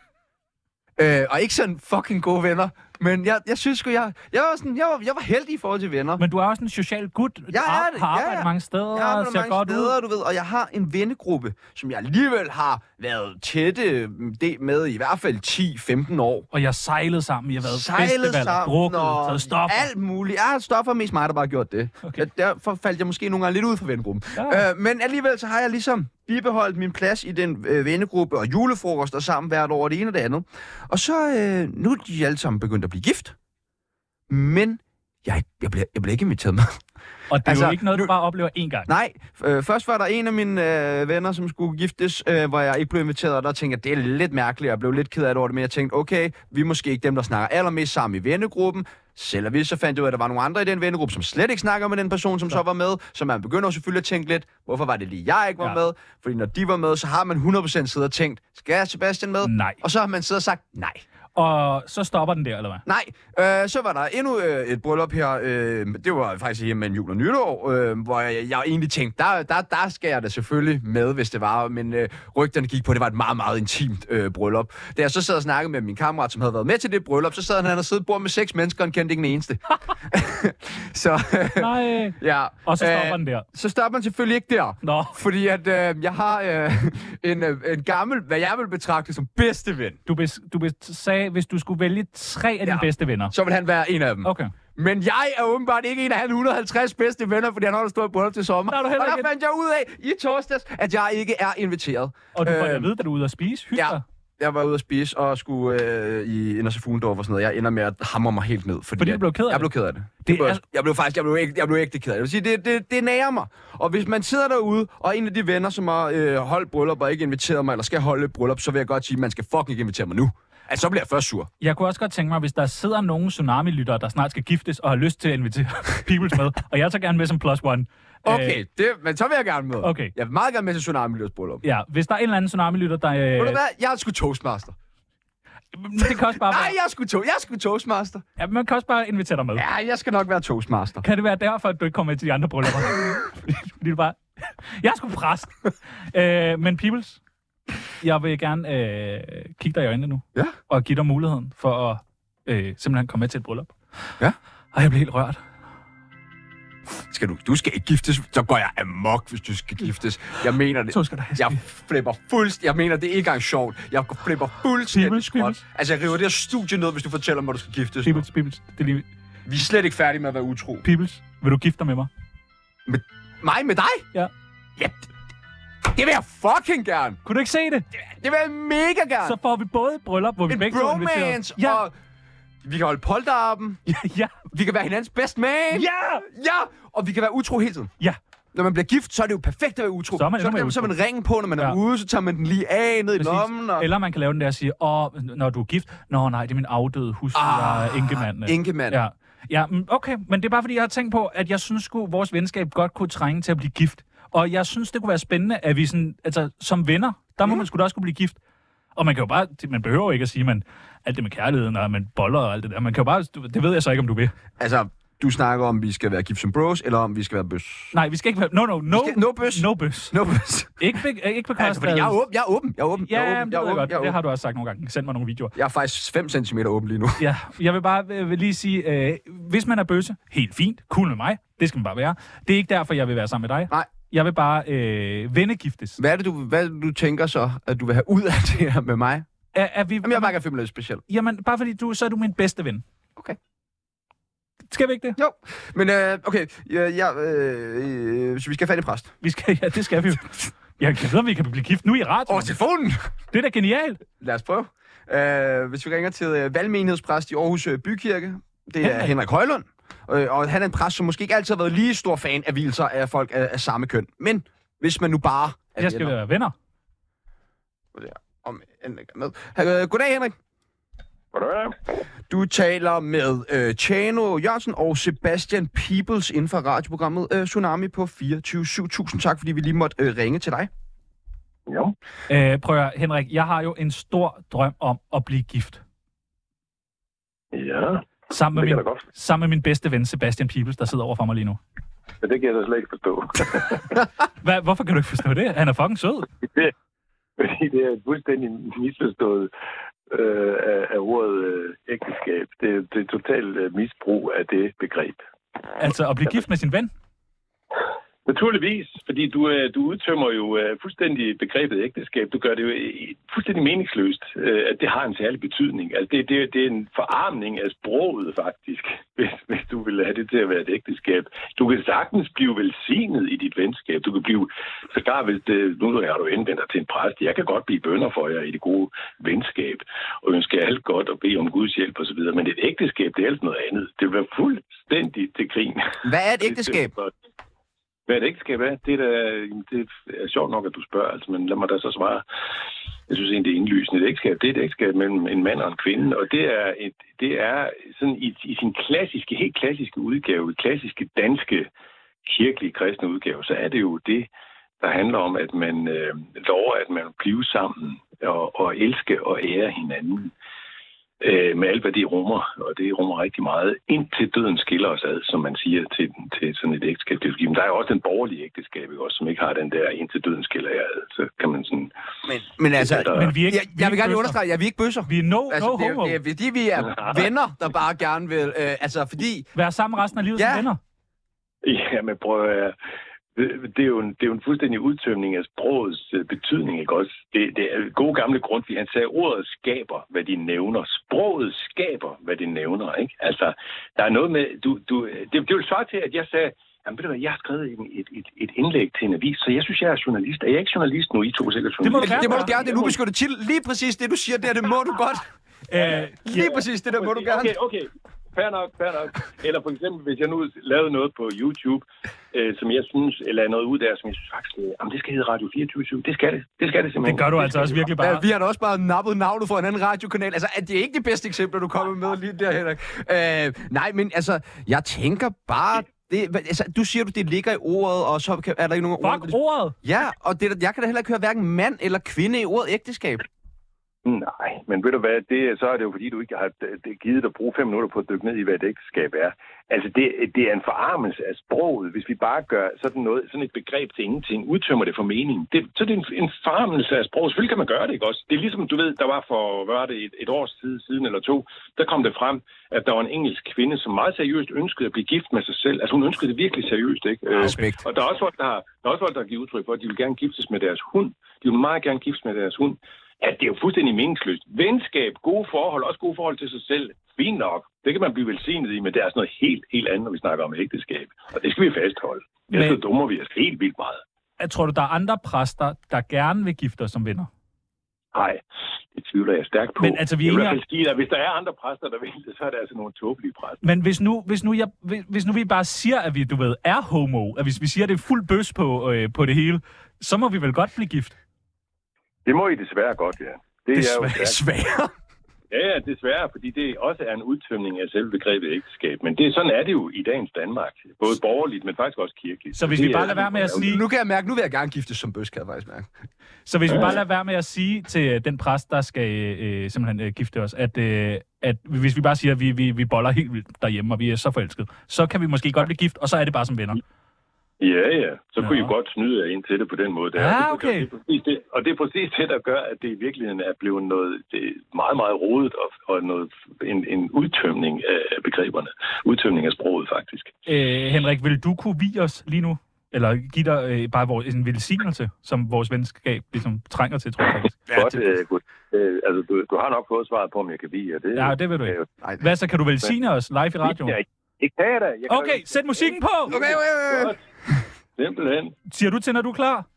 Øh, og ikke sådan fucking gode venner. Men jeg, jeg synes sgu, jeg, jeg, var sådan, jeg, var, jeg var heldig i forhold til venner. Men du er også en social gut. Jeg er det, har arbejdet ja. mange steder. Jeg har arbejdet mange godt steder, ud. du ved. Og jeg har en vennegruppe, som jeg alligevel har været tætte med i hvert fald ti femten år. Og jeg sejlede sammen. Jeg har været sejlet festival, drukket, taget stoffer. Alt muligt. Jeg har stoffer mest mig, der bare gjort det. Okay. Jeg, derfor faldt jeg måske nogle gange lidt ud fra vennegruppen. Ja. Øh, men alligevel så har jeg ligesom bibeholdt min plads i den øh, vennegruppe og julefrokoster sammen hvert år det ene og det andet. Og så øh, nu er de alle sammen begyndt at blive gift. Men jeg, jeg, bliver, jeg bliver ikke inviteret med. Og det er altså, jo ikke noget, du bare oplever én gang. Nej. Øh, først var der en af mine øh, venner, som skulle giftes, øh, hvor jeg ikke blev inviteret, og der tænkte jeg, det er lidt mærkeligt. Jeg blev lidt ked af det over det, men jeg tænkte, okay, vi er måske ikke dem, der snakker allermest sammen i vennegruppen. Selvom vi så fandt ud af, at der var nogle andre i den vennegruppe, som slet ikke snakker med den person, som ja. så var med. Så man begynder selvfølgelig at tænke lidt, hvorfor var det lige jeg ikke var ja. med? Fordi når de var med, så har man hundrede procent siddet og tænkt, skal jeg Sebastian med? Nej. Og så har man siddet og sagt, nej. Og så stopper den der, eller hvad? Nej, øh, så var der endnu øh, et bryllup her. Øh, det var faktisk hjemme med en jul og nytår, øh, hvor jeg, jeg egentlig tænkte, der, der, der skal jeg da selvfølgelig med, hvis det var. Men øh, rygterne gik på, det var et meget, meget intimt øh, bryllup. Da jeg så sad og snakkede med min kammerat, som havde været med til det bryllup, så sad han og siddet bord med seks mennesker, og han kendte ikke den eneste. så, Nej. ja. Og så stopper øh, den der. Så stopper man selvfølgelig ikke der. Nå. Fordi at øh, jeg har øh, en, øh, en gammel, hvad jeg vil betragte som bedste ven. Du, bes, du bes, sagde, hvis du skulle vælge tre af dine ja. bedste venner. Så vil han være en af dem. Okay. Men jeg er åbenbart ikke en af hans et hundrede og halvtreds bedste venner, fordi han holder stort bryllup til sommer. Og der fandt jeg ud af i torsdags, at jeg ikke er inviteret. Og du får øh, at vide, da du er ude at spise? Hygge ja. Jeg var ude at spise og skulle øh, i Inderse Fuglendorf og sådan noget. Jeg ender med at hamre mig helt ned. Fordi, fordi du blev ked af det? Jeg blev ked af det. det, det blev, er... Jeg blev faktisk, jeg blev ikke, jeg blev ikke ked af det. Jeg vil sige, det, det, det nærer mig. Og hvis man sidder derude, og en af de venner, som har øh, holdt bryllup og ikke inviteret mig, eller skal holde et bryllup, så vil jeg godt sige, at man skal fucking ikke invitere mig nu. Altså, så bliver jeg først sur. Jeg kunne også godt tænke mig, hvis der sidder nogen tsunami-lyttere, der snart skal giftes og har lyst til at invitere Peoples med, og jeg tager gerne med som plus one. Okay, det, men så vil jeg gerne med. Okay. Jeg vil meget gerne med til Tsunami-lytters bryllup. Ja, hvis der er en eller anden tsunami-lytter, der... Øh... Ved du hvad? Jeg er sgu toastmaster. Det kan også bare Nej, være... jeg er sgu to- jeg er sgu toastmaster. Ja, man kan også bare invitere dig med. Ja, jeg skal nok være toastmaster. Kan det være derfor, at du ikke kommer med til de andre bryllupper? Fordi du bare... Jeg er sgu præst. øh, men Peoples... Jeg vil gerne øh, kigge dig i øjnene nu. Ja. Og give dig muligheden for at øh, simpelthen komme med til et bryllup. Ja. Og jeg bliver helt rørt. Skal du, du skal ikke giftes, så går jeg amok, hvis du skal giftes. Jeg mener det. Så skal der jeg flipper fuldst. Jeg mener, det er ikke engang sjovt. Jeg flipper fuldstændig skråt. Altså, jeg river det her studie ned, hvis du fortæller mig, du skal giftes. Peoples, Peoples, det er lige... Vi er slet ikke færdige med at være utro. Peoples, vil du gifte dig med mig? Med mig med dig? Ja. Ja. Det vil jeg fucking gerne. Kunne du ikke se det? Det, det vil jeg mega gerne. Så får vi både et bryllup, hvor vi en begge to inviterer. bromance, ja. Og vi kan holde polterappen. Ja, ja. Vi kan være hinandens best man. Ja! Ja! Og vi kan være utro hele tiden. Ja. Når man bliver gift, så er det jo perfekt at være utro. Så er man, så, er, så er man ringen på, når man ja. er ude, så tager man den lige af ned Præcis. i lommen. Og... Eller man kan lave den der og sige, åh, når du er gift, nå nej, det er min afdøde hustru, ah, jeg er enkemand. Enkemand. Ja. Ja, okay, men det er bare fordi, jeg har tænkt på, at jeg synes at vores venskab godt kunne trænge til at blive gift. Og jeg synes, det kunne være spændende, at vi sådan, altså, som venner, der må mm. man sgu da også kunne blive gift. Og man kan jo bare, man behøver jo ikke at sige, man alt det med kærligheden, og man boller og alt det der. Man kan jo bare, det ved jeg så ikke, om du vil. Altså, du snakker om, vi skal være gift som bros, eller om vi skal være bøs? Nej, vi skal ikke være, no, no, no. Skal, no bøs? No bøs. No bøs. Ikke, be, ikke bekostet. Altså, fordi jeg er åben, jeg er åben, jeg er åben. Ja, jeg er åben, det jeg er ved jeg åben, godt. jeg er Det har du også sagt nogle gange. Send mig nogle videoer. Jeg er faktisk fem centimeter åben lige nu. Ja, jeg vil bare øh, vil lige sige, øh, hvis man er bøsse, helt fint, cool med mig, det skal man bare være. Det er ikke derfor, jeg vil være sammen med dig. Nej. Jeg vil bare øh, vennegiftes. Hvad er det, du, hvad er det, du tænker så, at du vil have ud af det her med mig? Er, er vi, Jamen, jeg vil bare gerne føle mig lidt speciel. Jamen, bare fordi du, så er du min bedste ven. Okay. Skal vi ikke det? Jo, men øh, okay, ja, ja, øh, øh, så vi skal have fat i præst. Vi skal, ja, det skal vi jo. Jeg kan vide, om vi kan blive gift nu i radioen. Over telefonen! Det er da genialt. Lad os prøve. Øh, hvis vi ringer til øh, valgmenighedspræst i Aarhus øh, Bykirke, det er Henrik, Henrik Højlund. Øh, og han er en præst, som måske ikke altid har været lige stor fan af vielser af folk af, af samme køn. Men hvis man nu bare er Jeg skal venner. være venner. Om Henrik er med. Øh, goddag, Henrik. Goddag. Du taler med øh, Tjano Jørgensen og Sebastian Peoples inden for radioprogrammet øh, Tsunami på fireogtyve syv. Tusind tak, fordi vi lige måtte øh, ringe til dig. Jo. Øh, prøv at, Henrik, jeg har jo en stor drøm om at blive gift. Ja, sammen med, det min, sammen med min bedste ven, Sebastian Peoples, der sidder over for mig lige nu. Ja, det kan jeg da slet ikke forstå. Hva, hvorfor kan du ikke forstå det? Han er fucking sød. Det, fordi det er fuldstændig misforstået øh, af, af ordet øh, ægteskab. Det, det er totalt øh, misbrug af det begreb. Altså at blive gift med sin ven? Naturligvis, fordi du, øh, du udtømmer jo øh, fuldstændig begrebet ægteskab. Du gør det jo øh, fuldstændig meningsløst, øh, at det har en særlig betydning. Altså det, det, det er en forarmning af sproget faktisk, hvis, hvis du vil have det til at være et ægteskab. Du kan sagtens blive velsignet i dit venskab. Du kan blive, sågar hvis det, nu har du henvendt dig til en præst, jeg kan godt blive bønner for jer i det gode venskab, og ønske alt godt og bede om Guds hjælp osv. Men et ægteskab, det er alt noget andet. Det vil være fuldstændig til grin. Hvad er et ægteskab? Hvad et ægteskab er, det er, da, det er sjovt nok, at du spørger, altså, men lad mig da så svare. Jeg synes egentlig, det er indlysende. Et ægteskab, det er et ægteskab mellem en mand og en kvinde, og det er, et, det er sådan i, i sin klassiske, helt klassiske udgave, klassiske danske kirkelige kristne udgave, så er det jo det, der handler om, at man øh, lover, at man vil blive sammen og, og elske og ære hinanden. Øh, med alt, hvad det rummer, og det rummer rigtig meget, indtil døden skiller os ad, som man siger til, til sådan et ægteskab. Men der er jo også den borgerlige ægteskab, også, som ikke har den der indtil døden skiller jer ad. Så kan man sådan... Men, men altså, der, men vi er ikke, jeg, jeg vil gerne understrege, at vi er ikke bøsser. Vi er no, altså, no det, homo. Det er fordi, vi er venner, der bare gerne vil... Øh, altså, fordi... Være sammen resten af livet ja. som venner. Ja, men prøv at... Det er, jo en, det er jo en fuldstændig udtømning af sprogets uh, betydning, ikke også? Det, det er gode gamle Grundtvig. Han sagde, ordet skaber, hvad de nævner. Sproget skaber, hvad de nævner, ikke? Altså, der er noget med... Du, du, det, det vil svare til, at jeg sagde, jamen ved du hvad, jeg har skrevet et, et, et indlæg til en avis, så jeg synes, jeg er journalist. Er jeg ikke journalist nu? I to sikkert journalist. Det må du gerne, det må du gerne. Det er nu beskyttet til. Lige præcis det, du siger der, det må du godt. Æh, Lige præcis det, der må du gerne. Okay, okay. Fair nok, fair nok. Eller for eksempel, hvis jeg nu lavede noget på YouTube, øh, som jeg synes, eller noget ud der, som jeg synes faktisk, øh, jamen, det skal hedde Radio fireogtyve syv. Det skal det. Det skal det simpelthen. Det gør du altså også virkelig bare. Ja, vi har da også bare nappet navnet for en anden radiokanal. Altså, det er ikke de bedste eksempler, du kommer med lige der, Henrik. Øh, nej, men altså, jeg tænker bare... Det, altså, du siger, du det ligger i ordet, og så kan, er der ikke nogen... Fuck ord, ordet! Ja, og det, jeg kan da heller ikke høre hverken mand eller kvinde i ordet ægteskab. Nej, men ved du hvad, det, så er det jo fordi, du ikke har det givet dig at bruge fem minutter på at dykke ned i, hvad et ægteskab er. Altså, det, det er en forarmelse af sproget, hvis vi bare gør sådan noget, sådan et begreb til ingenting, udtømmer det for mening. Det, så det er en, en forarmelse af sproget. Selvfølgelig kan man gøre det, ikke også? Det er ligesom, du ved, der var for, hvad var det, et, et års tid siden eller to, der kom det frem, at der var en engelsk kvinde, som meget seriøst ønskede at blive gift med sig selv. Altså, hun ønskede det virkelig seriøst, ikke? Respekt. Og der er også folk, der har, der er også folk, der har givet udtryk for, at de vil gerne giftes med deres hund. De vil meget gerne giftes med deres hund. At det er jo fuldstændig meningsløst. Venskab, gode forhold, også gode forhold til sig selv. Fint nok. Det kan man blive velsignet i, men det er sådan noget helt, helt andet, når vi snakker om ægteskab. Og det skal vi fastholde. Ellers så dummer vi os helt vildt meget. Jeg tror du, der er andre præster, der gerne vil gifte os som venner? Nej, det tvivler jeg stærkt på. Men altså, vi jeg vil i er hvert fald sige, at hvis der er andre præster, der vil det, så er det altså nogle tåbelige præster. Men hvis nu, hvis, nu jeg, hvis nu vi bare siger, at vi, du ved, er homo, at hvis vi siger, at det er fuld bøs på, øh, på det hele, så må vi vel godt blive gift? Det må I desværre godt, ja. Det desværre? er jo desværre? Ja, ja, desværre, fordi det også er en udtømning af selve begrebet ægteskab. Men det, sådan er det jo i dagens Danmark. Både borgerligt, men faktisk også kirkeligt. Så hvis vi bare lader være med at sige... Nu kan jeg mærke, nu vil jeg gerne giftes som bøs, kan jeg faktisk mærke. Så hvis vi bare lader være med at sige til den præst, der skal øh, simpelthen øh, gifte os, at, øh, at hvis vi bare siger, at vi, vi, vi boller helt vildt derhjemme, og vi er så forelskede, så kan vi måske godt blive gift, og så er det bare som venner. Ja, ja. Så ja. kunne I godt snyde jer ind til det på den måde. Der. Ja, og det, okay. Det, det, det, det, og det er præcis det, der gør, at det i virkeligheden er blevet noget det er meget, meget rodet og, og noget, en, en udtømning af begreberne. Udtømning af sproget, faktisk. Øh, Henrik, vil du kunne vie os lige nu? Eller give dig øh, bare vores, en velsignelse, som vores venskab ligesom trænger til, tror jeg faktisk. Ja, godt, øh, godt. Øh, altså, du, du har nok fået svaret på, om jeg kan vie jer. Det, ja, det vil du ikke. Øh, Hvad så, kan du velsigne os live i radioen? Ja, det kan jeg da. Jeg kan okay, sæt musikken på! Okay, okay, okay. Simpelthen. Siger du til, når du er klar?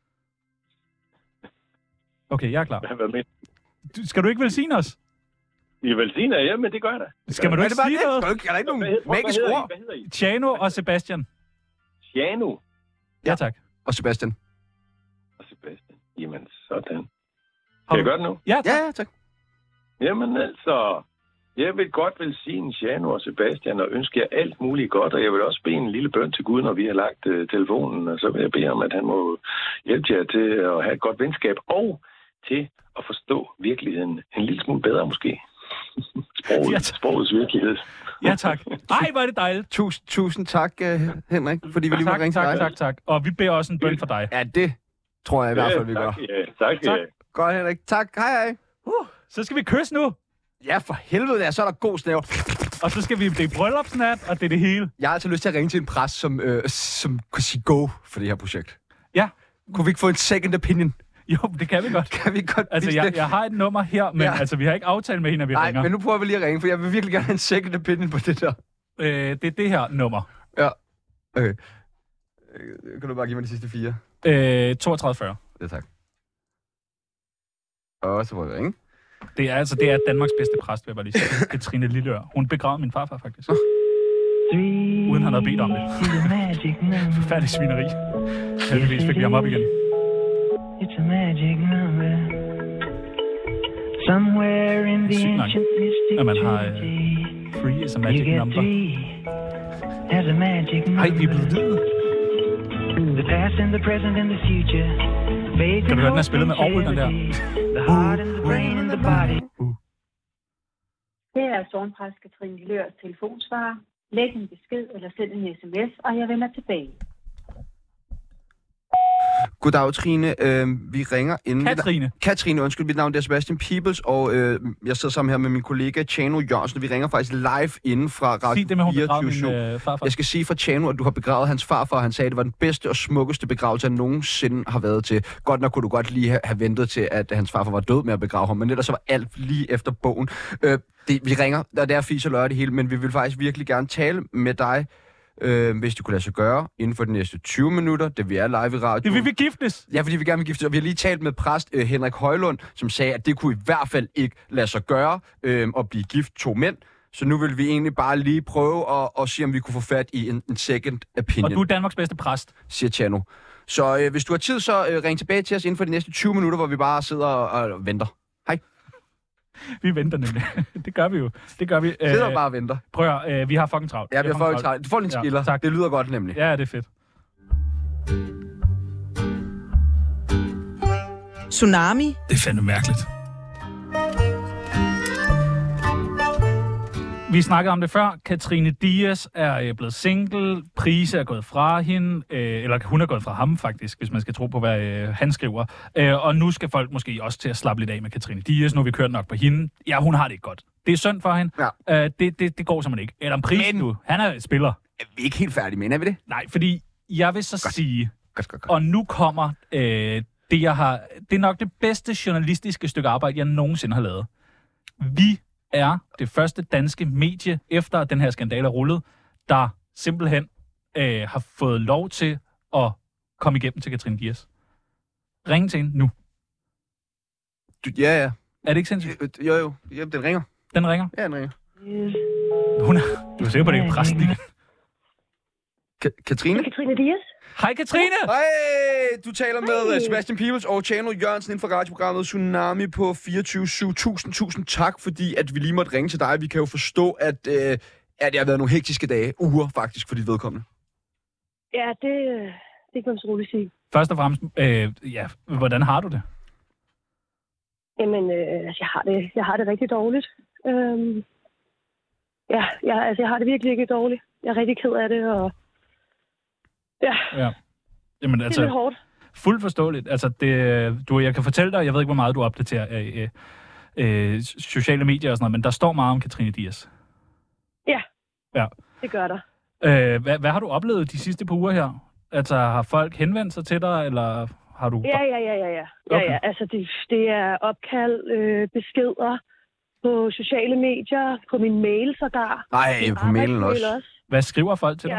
Okay, jeg er klar. Hvad mener du? Skal du ikke velsigne os? I velsigner, ja, men det gør jeg da. Skal man du ikke sige noget? Skal du ikke, er der ikke nogen magiske ord? Tjano og Sebastian. Tjano? Ja, tak. Og Sebastian. Og Sebastian. Jamen, sådan. Kan jeg gøre det nu? Ja, tak. Ja, ja, tak. Jamen altså... Jeg vil godt velsigne Tjano og Sebastian og ønske jer alt muligt godt, og jeg vil også bede en lille bøn til Gud, når vi har lagt uh, telefonen, og så vil jeg bede om, at han må hjælpe jer til at have et godt venskab, og til at forstå virkeligheden en lille smule bedre måske. Sproget, ja, sprogets virkelighed. Ja, tak. Ej, hvor er det dejligt. Tusind, tusind tak, uh, Henrik, fordi vi lige måtte ringe til dig. Tak, tak, tak. Og vi beder også en bøn for dig. Ja, det tror jeg i hvert fald, vi ja, gør. Tak, ja. Tak, tak. Ja. Godt, Henrik. Tak. Hej, hej. Uh, så skal vi kysse nu. Ja, for helvede, ja, så er der god snæver. Og så skal vi, det er bryllupsnat, og det er det hele. Jeg har altså lyst til at ringe til en præst, som, øh, som kan sige go for det her projekt. Ja. Kunne vi ikke få en second opinion? Jo, det kan vi godt. Kan vi godt? Altså, jeg, jeg har et nummer her, men ja. altså, vi har ikke aftalt med hende, at vi Nej, ringer. men nu prøver vi lige at ringe, for jeg vil virkelig gerne have en second opinion på det der. Øh, det er det her nummer. Ja. Okay. Kan du bare give mig de sidste fire? Øh, toogtredive fyrre. Ja, tak. Og så prøver vi at ringe. Det er altså det er Danmarks bedste præst, vil jeg bare lige sige. Det er Trine Lilleør. Hun begravede min farfar, faktisk. Oh. Uden han havde bedt om det. Forfærdelig svineri. Heldigvis fik vi ham op igen. It's a magic number. Somewhere in the ancient mystic når man har uh, Three is a magic number. As a magic number. Ej, vi er blevet lydet. The past and the present and the future. Kan du høre, den er spillet med orgel, den der? The heart and the brain and the body. Uh. Det er sognepræst Katrine Lilleørs telefonsvarer. Læg en besked eller send en sms, og jeg vender tilbage. Goddag, Trine. Øh, vi ringer inden... Katrine. Katrine, undskyld. Mit navn er Sebastian Peebles, og øh, jeg sidder sammen her med min kollega Tjano Jørgensen. Vi ringer faktisk live inden fra Radio det med, hun fireogtyve syv. Øh, jeg skal sige fra Tjano, at du har begravet hans farfar. Han sagde, at det var den bedste og smukkeste begravelse, han nogensinde har været til. Godt nok kunne du godt lige have, have ventet til, at hans farfar var død med at begrave ham, men ellers så var alt lige efter bogen. Øh, det, vi ringer, og det er fis og løjer det hele, men vi vil faktisk virkelig gerne tale med dig, Øh, hvis du kunne lade sig gøre inden for de næste tyve minutter, det vi er live i radio. Det vil vi giftes. Ja, fordi vi gerne vil giftes. Og vi har lige talt med præst øh, Henrik Højlund, som sagde, at det kunne i hvert fald ikke lade sig gøre øh, at blive gift to mænd. Så nu vil vi egentlig bare lige prøve at, at se, om vi kunne få fat i en, en second opinion. Og du er Danmarks bedste præst, siger Tjano. Så øh, hvis du har tid, så øh, ring tilbage til os inden for de næste tyve minutter, hvor vi bare sidder og, og venter. Hej. Vi venter nemlig. Det gør vi jo. Det gør vi. Sidder øh, bare og venter. Prøv at øh, vi har fucking travlt. Ja, vi har fucking travlt. Du får lige en skiller. Ja, det lyder godt nemlig. Ja, det er fedt. Tsunami. Det er fandme mærkeligt. Vi snakkede om det før. Katrine Dias er øh, blevet single. Prise er gået fra hende. Øh, eller hun er gået fra ham, faktisk, hvis man skal tro på, hvad øh, han skriver. Øh, og nu skal folk måske også til at slappe lidt af med Katrine Dias. Nu har vi kørt nok på hende. Ja, hun har det ikke godt. Det er synd for hende. Ja. Øh, det, det, det går simpelthen ikke. Eller Prise, men... du. Han er spiller. Er vi ikke helt færdige med, er vi det? Nej, fordi jeg vil så godt. sige... Godt, godt, godt. Og nu kommer øh, det, jeg har... Det er nok det bedste journalistiske stykke arbejde, jeg nogensinde har lavet. Vi er det første danske medie, efter den her skandale er rullet, der simpelthen øh, har fået lov til at komme igennem til Katrine Dias. Ring til hende nu. Du, ja, ja. Er det ikke sindssygt? Jo, jo. Ja, den ringer. Den ringer? Ja, den ringer. Hun er... Du er sikker på, det er præsten igen. Ka- Katrine? Katrine Dias. Hej, Katrine! Hej! Du taler med Hej. Sebastian Peebles og Tjano Jørgensen inden for radioprogrammet Tsunami på fireogtyve syv. Tusind, tusind tak, fordi at vi lige måtte ringe til dig. Vi kan jo forstå, at, øh, at det har været nogle hektiske dage, uger faktisk, for dit vedkommende. Ja, det, det kan man så roligt sige. Først og fremmest, øh, ja, hvordan har du det? Jamen, øh, altså, jeg har det, jeg har det rigtig dårligt. Øhm, ja, jeg, altså, jeg har det virkelig ikke dårligt. Jeg er rigtig ked af det, og ja, ja. Jamen, altså, det er lidt hårdt. Fuldt forståeligt. Altså, det, du, jeg kan fortælle dig, jeg ved ikke, hvor meget du opdaterer af øh, øh, sociale medier og sådan noget, men der står meget om Katrine Dias. Ja, ja. Det gør der. Øh, hvad, hvad har du oplevet de sidste par uger her? Altså, har folk henvendt sig til dig, eller har du... Ja, ja, ja, ja, ja. Okay. ja, ja. Altså, det, det er opkald, øh, beskeder på sociale medier, på min mail sågar. Nej, på mailen også. også. Hvad skriver folk til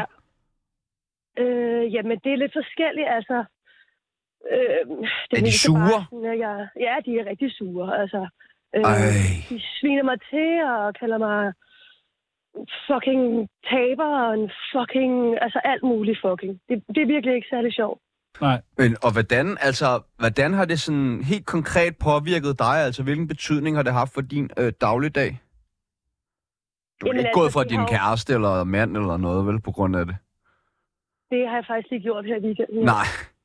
ja. dig? Øh, jamen, det er lidt forskelligt, altså... Øh, det er de sure? Bare, sådan, jeg, ja, de er rigtig sure, altså. Øh, Ej. de sviner mig til og kalder mig fucking taber og en fucking... Altså, alt muligt fucking. Det, det er virkelig ikke særlig sjovt. Nej. Men, og hvordan, altså, hvordan har det sådan helt konkret påvirket dig? Altså, hvilken betydning har det haft for din øh, dagligdag? Du er Jamen, ikke altså, gået fra de din har... kæreste eller mand eller noget, vel, på grund af det? Det har jeg faktisk lige gjort her i weekenden. Nej.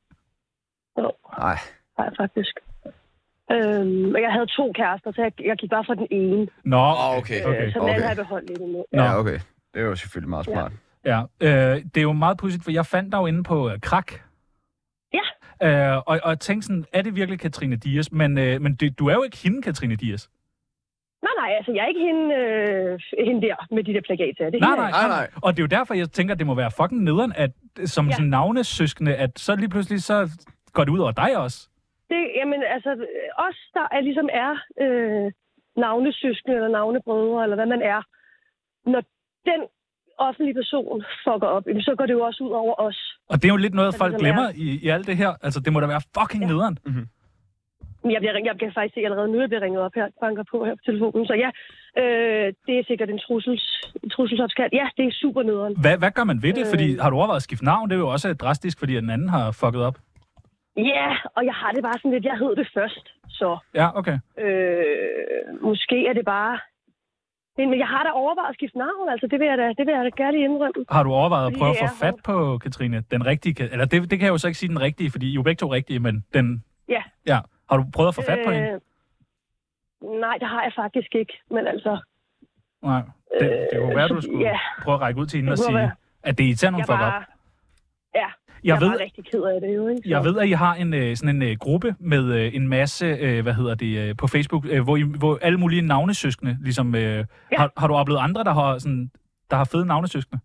Jo. Nej. Nej, faktisk. Øhm, og jeg havde to kærester, så jeg, jeg gik bare fra den ene. Nå, okay. okay. Øh, så den okay. har jeg beholdt lidt imod. Ja, okay. Det er jo selvfølgelig meget smart. Ja, ja. Øh, det er jo meget pudsigt, for jeg fandt dig jo inde på øh, Krak. Ja. Øh, og, og tænkte sådan, er det virkelig Katrine Dias? Men, øh, men det, du er jo ikke hende, Katrine Dias. Nej, nej, altså jeg er ikke hende, øh, hende der med de der plakater. Det er nej, hende, nej, nej, nej. Og det er jo derfor, jeg tænker, at det må være fucking nederen, at som ja. sådan navnesøskende, at så lige pludselig så går det ud over dig også. Det, jamen altså, os der er ligesom er øh, navnesøskende eller navnebrødre, eller hvad man er, når den offentlige person fucker op, så går det jo også ud over os. Og det er jo lidt noget, så folk ligesom glemmer er... i, i alt det her. Altså, det må da være fucking ja. nederen. Mm-hmm. Jeg, bliver, jeg kan faktisk se allerede nu, at jeg bliver ringet op her, banker på her på telefonen. Så ja, øh, det er sikkert en trussels, trusselsopskald. Ja, det er super nederen. Hvad, hvad gør man ved det? Fordi har du overvejet at skifte navn? Det er jo også drastisk, fordi den anden har fucket op. Ja, og jeg har det bare sådan lidt, jeg hed det først, så... Ja, okay. Øh, måske er det bare... Men jeg har da overvejet at skifte navn, altså det vil jeg da, det vil jeg da gerne indrømme. Har du overvejet at prøve at få er... fat på Katrine? Den rigtige... Eller det, det kan jeg jo så ikke sige den rigtige, fordi I er jo begge to rigtige, men den... Ja. Ja. Har du prøvet at få fat på øh, hende? Nej, det har jeg faktisk ikke, men altså... Nej, det, det kunne være, du skulle ja. prøve at række ud til hende og sige, sige, at det er irriterende, hun fucker bare... op. Ja, jeg, jeg ved, er rigtig ked af det jo, ikke? Så. Jeg ved, at I har en, sådan en gruppe med en masse, hvad hedder det, på Facebook, hvor, I, hvor alle mulige navnesøskende, ligesom... Ja. Har, har du oplevet andre, der har, sådan, der har fede navnesøskende?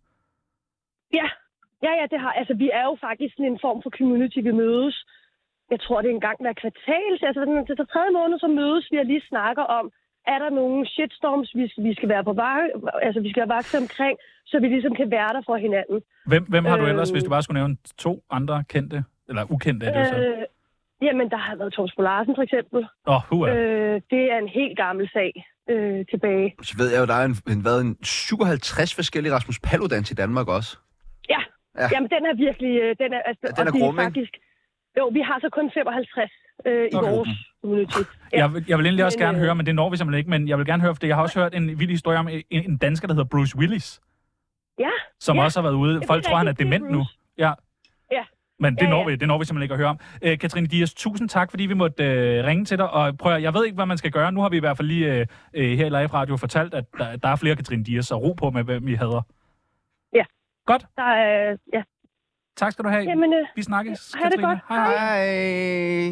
Ja, ja, ja, det har... Altså, vi er jo faktisk sådan en form for community, vi mødes. Jeg tror, det er en gang hver kvartal. Altså, det er tredje måned, så mødes vi og lige snakker om, er der nogle shitstorms, vi, vi skal være på vej, altså vi skal være vakse omkring, så vi ligesom kan være der for hinanden. Hvem, hvem har du øh, ellers, hvis du bare skulle nævne to andre kendte, eller ukendte er det jo så? Øh, jamen, der har været Thomas Larsen for eksempel. Åh, oh, øh, Det er en helt gammel sag øh, tilbage. Så ved jeg jo, der er en, en, været en syvoghalvtreds forskellige Rasmus Paludan i Danmark også. Ja, ja. Jamen den er virkelig, den er, altså, ja, den er grum, faktisk... Jo, vi har så kun femoghalvtreds øh, i okay. vores community. Ja. Jeg, vil, jeg vil endelig også men, gerne øh... høre, men det når vi simpelthen ikke, men jeg vil gerne høre, for jeg har også hørt en vild historie om en, en dansker, der hedder Bruce Willis. Ja. Som ja. også har været ude. Folk tror, han er dement nu. Ja. Ja. Men det, Ja, når ja. vi, det når vi simpelthen ikke at høre om. Øh, Katrine Dias, tusind tak, fordi vi måtte øh, ringe til dig. Og prøv at, jeg ved ikke, hvad man skal gøre. Nu har vi i hvert fald lige øh, øh, her i Live Radio fortalt, at der, der er flere Katrine Dias, så ro på med, hvem vi hader. Ja. Godt. Der er, ja. Tak skal du have. Jamen, øh, vi snakkes, ha' det Katrine. godt. Hej. Hej.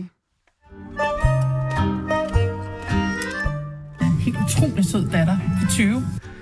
Helt utrolig sød datter på tyve.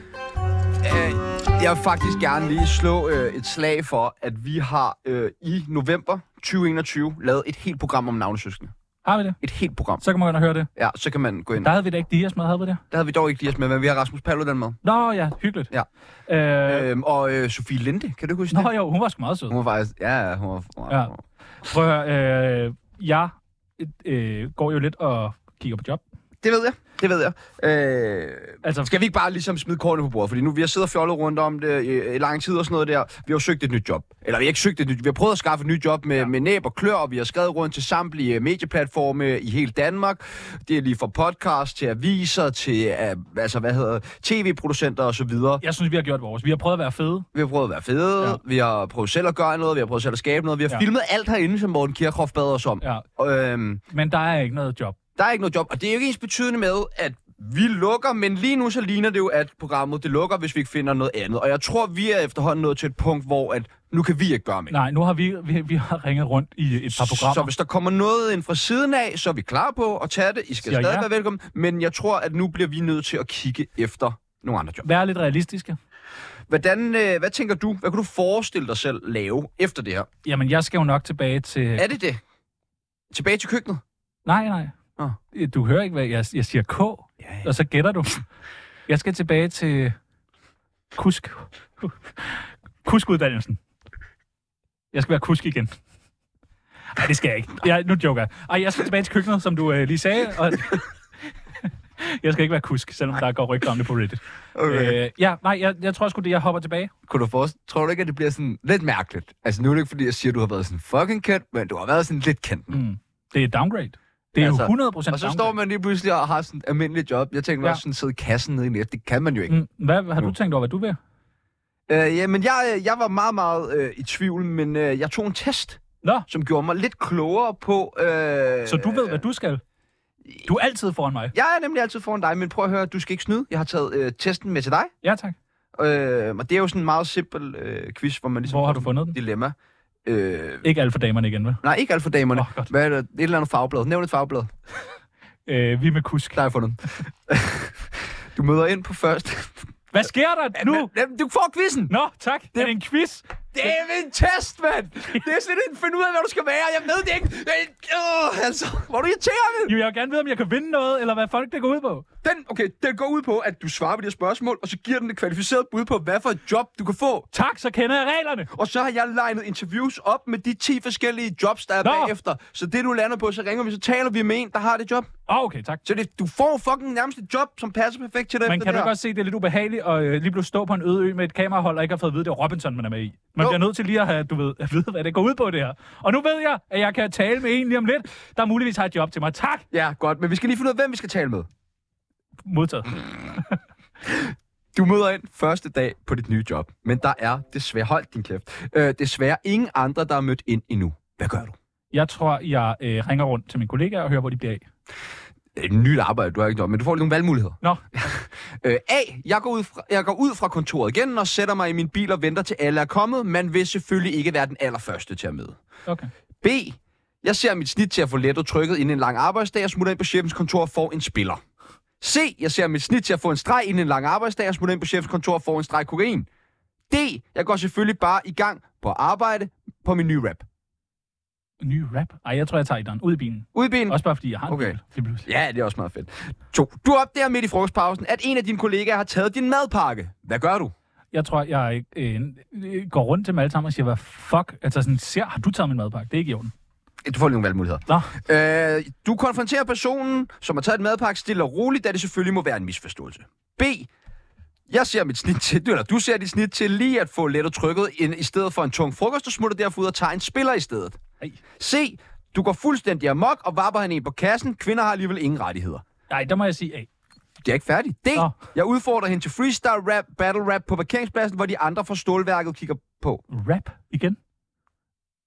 Jeg vil faktisk gerne lige slå øh, et slag for, at vi har øh, i november tyve enogtyve lavet et helt program om navnesøskende. Har vi det? Et helt program. Så kan man gå ind og høre det. Ja, så kan man gå ind. Der havde vi da ikke Dias med, havde vi det? Der havde vi dog ikke Dias med, men vi har Rasmus Paludan med. Nå ja, hyggeligt. Ja. Øh, Øhm, og øh, Sofie Linde, kan du huske det? Nå jo, hun var sgu meget sød. Hun var faktisk, ja, hun var... Hun var Ja. Prøv at høre, øh, jeg øh, går jo lidt og kigger på job. Det ved jeg, det ved jeg. Øh, altså, skal vi ikke bare ligesom smide kortene på bordet? Fordi nu vi har siddet og fjollet rundt om det i, i lang tid og sådan noget der. Vi har jo søgt et nyt job. Eller vi har ikke søgt et nyt. Vi har prøvet at skaffe et nyt job med, ja. med næb og klør, og vi har skrevet rundt til samtlige medieplatforme i hele Danmark. Det er lige fra podcast til aviser til uh, altså, hvad hedder, tv-producenter og så videre. Jeg synes, vi har gjort vores. Vi har prøvet at være fede. Vi har prøvet at være fede. Ja. Vi har prøvet selv at gøre noget. Vi har prøvet selv at skabe noget. Vi har ja. filmet alt herinde, som Morten Kirchhoff bad os om. Ja. Øhm, Men der er ikke noget job. Der er ikke noget job, og det er jo ikke ens betydende med, at vi lukker, men lige nu så ligner det jo, at programmet det lukker, hvis vi ikke finder noget andet. Og jeg tror, vi er efterhånden nået til et punkt, hvor at nu kan vi ikke gøre mere. Nej, nu har vi, vi, vi har ringet rundt i et par programmer. Så hvis der kommer noget ind fra siden af, så er vi klar på at tage det. I skal Siger stadig ja. være velkommen, men jeg tror, at nu bliver vi nødt til at kigge efter nogle andre job. Vær lidt realistiske. Hvordan, øh, hvad tænker du? Hvad kan du forestille dig selv lave efter det her? Jamen, jeg skal jo nok tilbage til... Er det det? Tilbage til køkkenet? Nej, nej. Oh. Du hører ikke, hvad jeg, jeg siger K, ja, ja. Og så gætter du. Jeg skal tilbage til kusk. Kuskuddannelsen. Jeg skal være kusk igen. Nej, det skal jeg ikke. Jeg, nu joker jeg. Ej, jeg skal tilbage til køkkenet, som du øh, lige sagde. Og jeg skal ikke være kusk, selvom der går rygter om det på Reddit. Okay. Øh, ja, nej, jeg, jeg tror sgu det, jeg hopper tilbage. Kunne du forestille, tror du ikke, at det bliver sådan lidt mærkeligt? Altså, nu er det ikke, fordi jeg siger, at du har været sådan fucking kendt, men du har været sådan lidt kendt. Mm. Det er downgrade. Det er altså, jo hundrede procent Og så downgrade. står man lige pludselig og har sådan et almindeligt job. Jeg tænker Ja. også sådan sidde i kassen nede i net. Det kan man jo ikke. Mm. Hvad har du tænkt over, hvad du vil? Øh, ja, men jeg, jeg var meget, meget øh, i tvivl, men øh, jeg tog en test, Nå. som gjorde mig lidt klogere på... Øh, Så du ved, hvad du skal? Du er altid foran mig. Jeg er nemlig altid foran dig, men prøv at høre, du skal ikke snyde. Jeg har taget øh, testen med til dig. Ja, tak. Øh, og det er jo sådan en meget simpel øh, quiz, hvor man ligesom... Hvor har du fundet den? Dilemma. Øh, Ikke alt for damerne igen, vel? nej, ikke alt for damerne. Åh, godt. Hvad er det? Et eller andet fagblad. Nævn et fagblad. Øh, vi med kusk. Der har jeg fundet den. Du møder ind på første... Hvad sker der nu? Jamen, du får quizzen! Nå, tak. Det er en quiz. Det er en test, mand! Det er sådan en finde ud af, hvad du skal være. Jeg ved det ikke. Øh, altså, hvor er du irriterende? Jo, jeg vil gerne vide, om jeg kan vinde noget, eller hvad folk det går ud på. Den, okay, den går ud på, at du svarer på de her spørgsmål, og så giver den et kvalificeret bud på, hvad for et job du kan få. Tak, så kender jeg reglerne. Og så har jeg legnet interviews op med de ti forskellige jobs, der er Nå. bagefter. Så det, du lander på, så ringer vi, så taler vi med en, der har det job. Åh, oh, okay, tak. Så det, du får fucking nærmest et job, som passer perfekt til dig Men efter kan det du her. godt se, at det er lidt ubehageligt at øh, lige blive stå på en øde ø med et kamerahold, og ikke har fået at vide, det er Robinson, man er med i. Man Jo. bliver nødt til lige at have, du ved, at vide, hvad det går ud på, det her. Og nu ved jeg, at jeg kan tale med en lige om lidt, der muligvis har et job til mig. Tak! Ja, godt, men vi skal lige finde ud af, hvem vi skal tale med. Modtaget. Du møder ind første dag på dit nye job, men der er desværre, hold din kæft, øh, desværre ingen andre, der er mødt ind endnu. Hvad gør du? Jeg tror, jeg øh, ringer rundt til mine kollegaer og hører, hvor de bliver af. Et nyt arbejde, du har ikke noget, men du får lige nogle valgmuligheder. Nå. øh, A. Jeg går, ud fra, jeg går ud fra kontoret igen og sætter mig i min bil og venter til alle er kommet, men vil selvfølgelig ikke være den allerførste til at møde. Okay. B. Jeg ser mit snit til at få lettet trykket inden en lang arbejdsdag og smutter ind på chefens kontor og får en spiller. C. Jeg ser mit snit til at få en streg inden en lang arbejdsdag og smutter ind på chefens kontor og får en streg kokain. D. Jeg går selvfølgelig bare i gang på arbejde på min nye rap. Ny rap? Ej, jeg tror, jeg tager den ud i bilen. Ud i bilen? Også bare fordi, jeg har en Okay. bil. Ja, det er også meget fedt. To. Du opdager midt i frokostpausen, at en af dine kollegaer har taget din madpakke. Hvad gør du? Jeg tror, jeg øh, øh, går rundt til dem alle sammen og siger, hvad fuck? Altså sådan, ser, har du taget min madpakke? Det er ikke i orden. Du får lige nogle valgmuligheder. Nå. Øh, du konfronterer personen, som har taget et madpakke, stille og roligt, da det selvfølgelig må være en misforståelse. B. Jeg ser mit snit til, eller du ser dit snit til lige at få lettet trykket ind, i stedet for en tung frokost, og smutter derfor ud og tager en spiller i stedet. Ej. C. Du går fuldstændig amok og vapper han en på kassen. Kvinder har alligevel ingen rettigheder. Nej, der må jeg sige A. Det er ikke færdigt. D. Nå. Jeg udfordrer hende til freestyle rap, battle rap på parkeringspladsen, hvor de andre fra stålværket kigger på. Rap igen?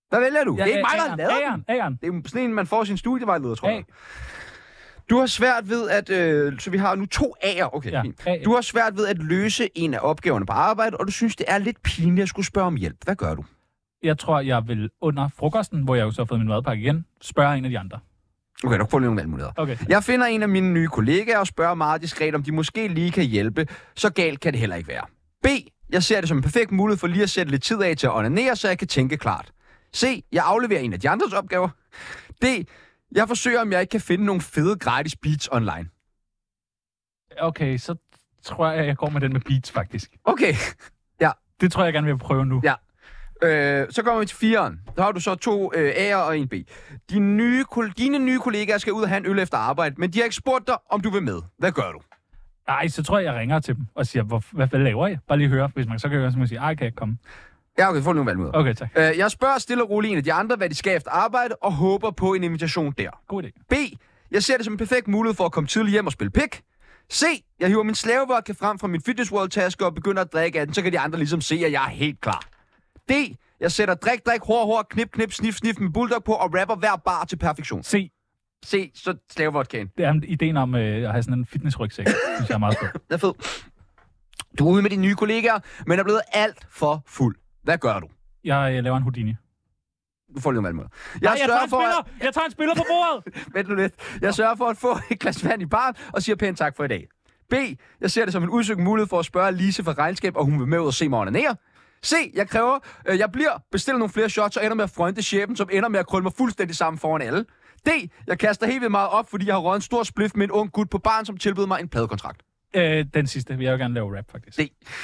Hvad vælger du? Ja, det er ikke mig, der har A'eren, lavet A'eren, den. A'eren. Det er sådan en, man får sin studievejleder, tror jeg. Du har svært ved at... Øh, så vi har nu to A'er. Okay, Ja, fint. A. Du har svært ved at løse en af opgaverne på arbejde, og du synes, det er lidt pinligt at skulle spørge om hjælp. Hvad gør du? Jeg tror, jeg vil under frokosten, hvor jeg jo så har fået min madpakke igen, spørge en af de andre. Okay, du får lige nogle valgmuligheder. Okay. Jeg finder en af mine nye kollegaer og spørger meget diskret, om de måske lige kan hjælpe. Så galt kan det heller ikke være. B. Jeg ser det som en perfekt mulighed for lige at sætte lidt tid af til at onanere, så jeg kan tænke klart. C. Jeg afleverer en af de andres opgaver. D. Jeg forsøger, om jeg ikke kan finde nogle fede gratis beats online. Okay, så tror jeg, jeg går med den med beats, faktisk. Okay, ja. Det tror jeg, jeg gerne vil prøve nu. Ja. Øh, så kommer vi til fireren. Der har du så to øh, A'er og en B. Dine nye, dine nye kollegaer skal ud og have en øl efter arbejde, men de har ikke spurgt dig, om du vil med. Hvad gør du? Nej, så tror jeg, jeg ringer til dem og siger, hvor, hvad, hvad laver I? Bare lige høre. Hvis man så kan høre, så må jeg sige, ej, kan jeg ikke komme? Ja, okay, få nogle valgmuligheder. Okay, tak. Øh, jeg spørger stille og roligt en af de andre, hvad de skal efter arbejde, og håber på en invitation der. God idé. B. Jeg ser det som en perfekt mulighed for at komme tidligt hjem og spille pik. C. Jeg hiver min slavevodka frem fra min Fitness World-taske og begynder at drikke af den, så kan de andre ligesom se, at jeg er helt klar. D. Jeg sætter drik, drik, hår, hår, knip, knip, snif, snif med bulldog på og rapper hver bar til perfektion. C. C. Så slavevodkaen. Det er ideen om øh, at have sådan en fitnessrygsæk, synes jeg er meget fed. Det er fed. Du er ude med dine nye kollegaer, men er blevet alt for fuld. Hvad gør du? Jeg, jeg laver en Houdini. Du får lige nogle valgmuligheder. Jeg, Nej, jeg, tager en spiller! At... jeg tager en spiller på bordet! Vent nu lidt. Jeg sørger for at få et glas vand i baren og siger pænt tak for i dag. B. Jeg ser det som en udsøgt mulighed for at spørge Lise fra regnskab, og hun vil med ud og se mig onanere. C. Jeg kræver, øh, jeg bliver, bestiller nogle flere shots og ender med at fronte chefen, som ender med at krølle mig fuldstændig sammen foran alle. D. Jeg kaster helt vildt meget op, fordi jeg har røget en stor spliff med en ung gut på baren, som tilbød mig en pladekontrakt. Øh, den sidste. Jeg vil gerne lave rap, faktisk. D.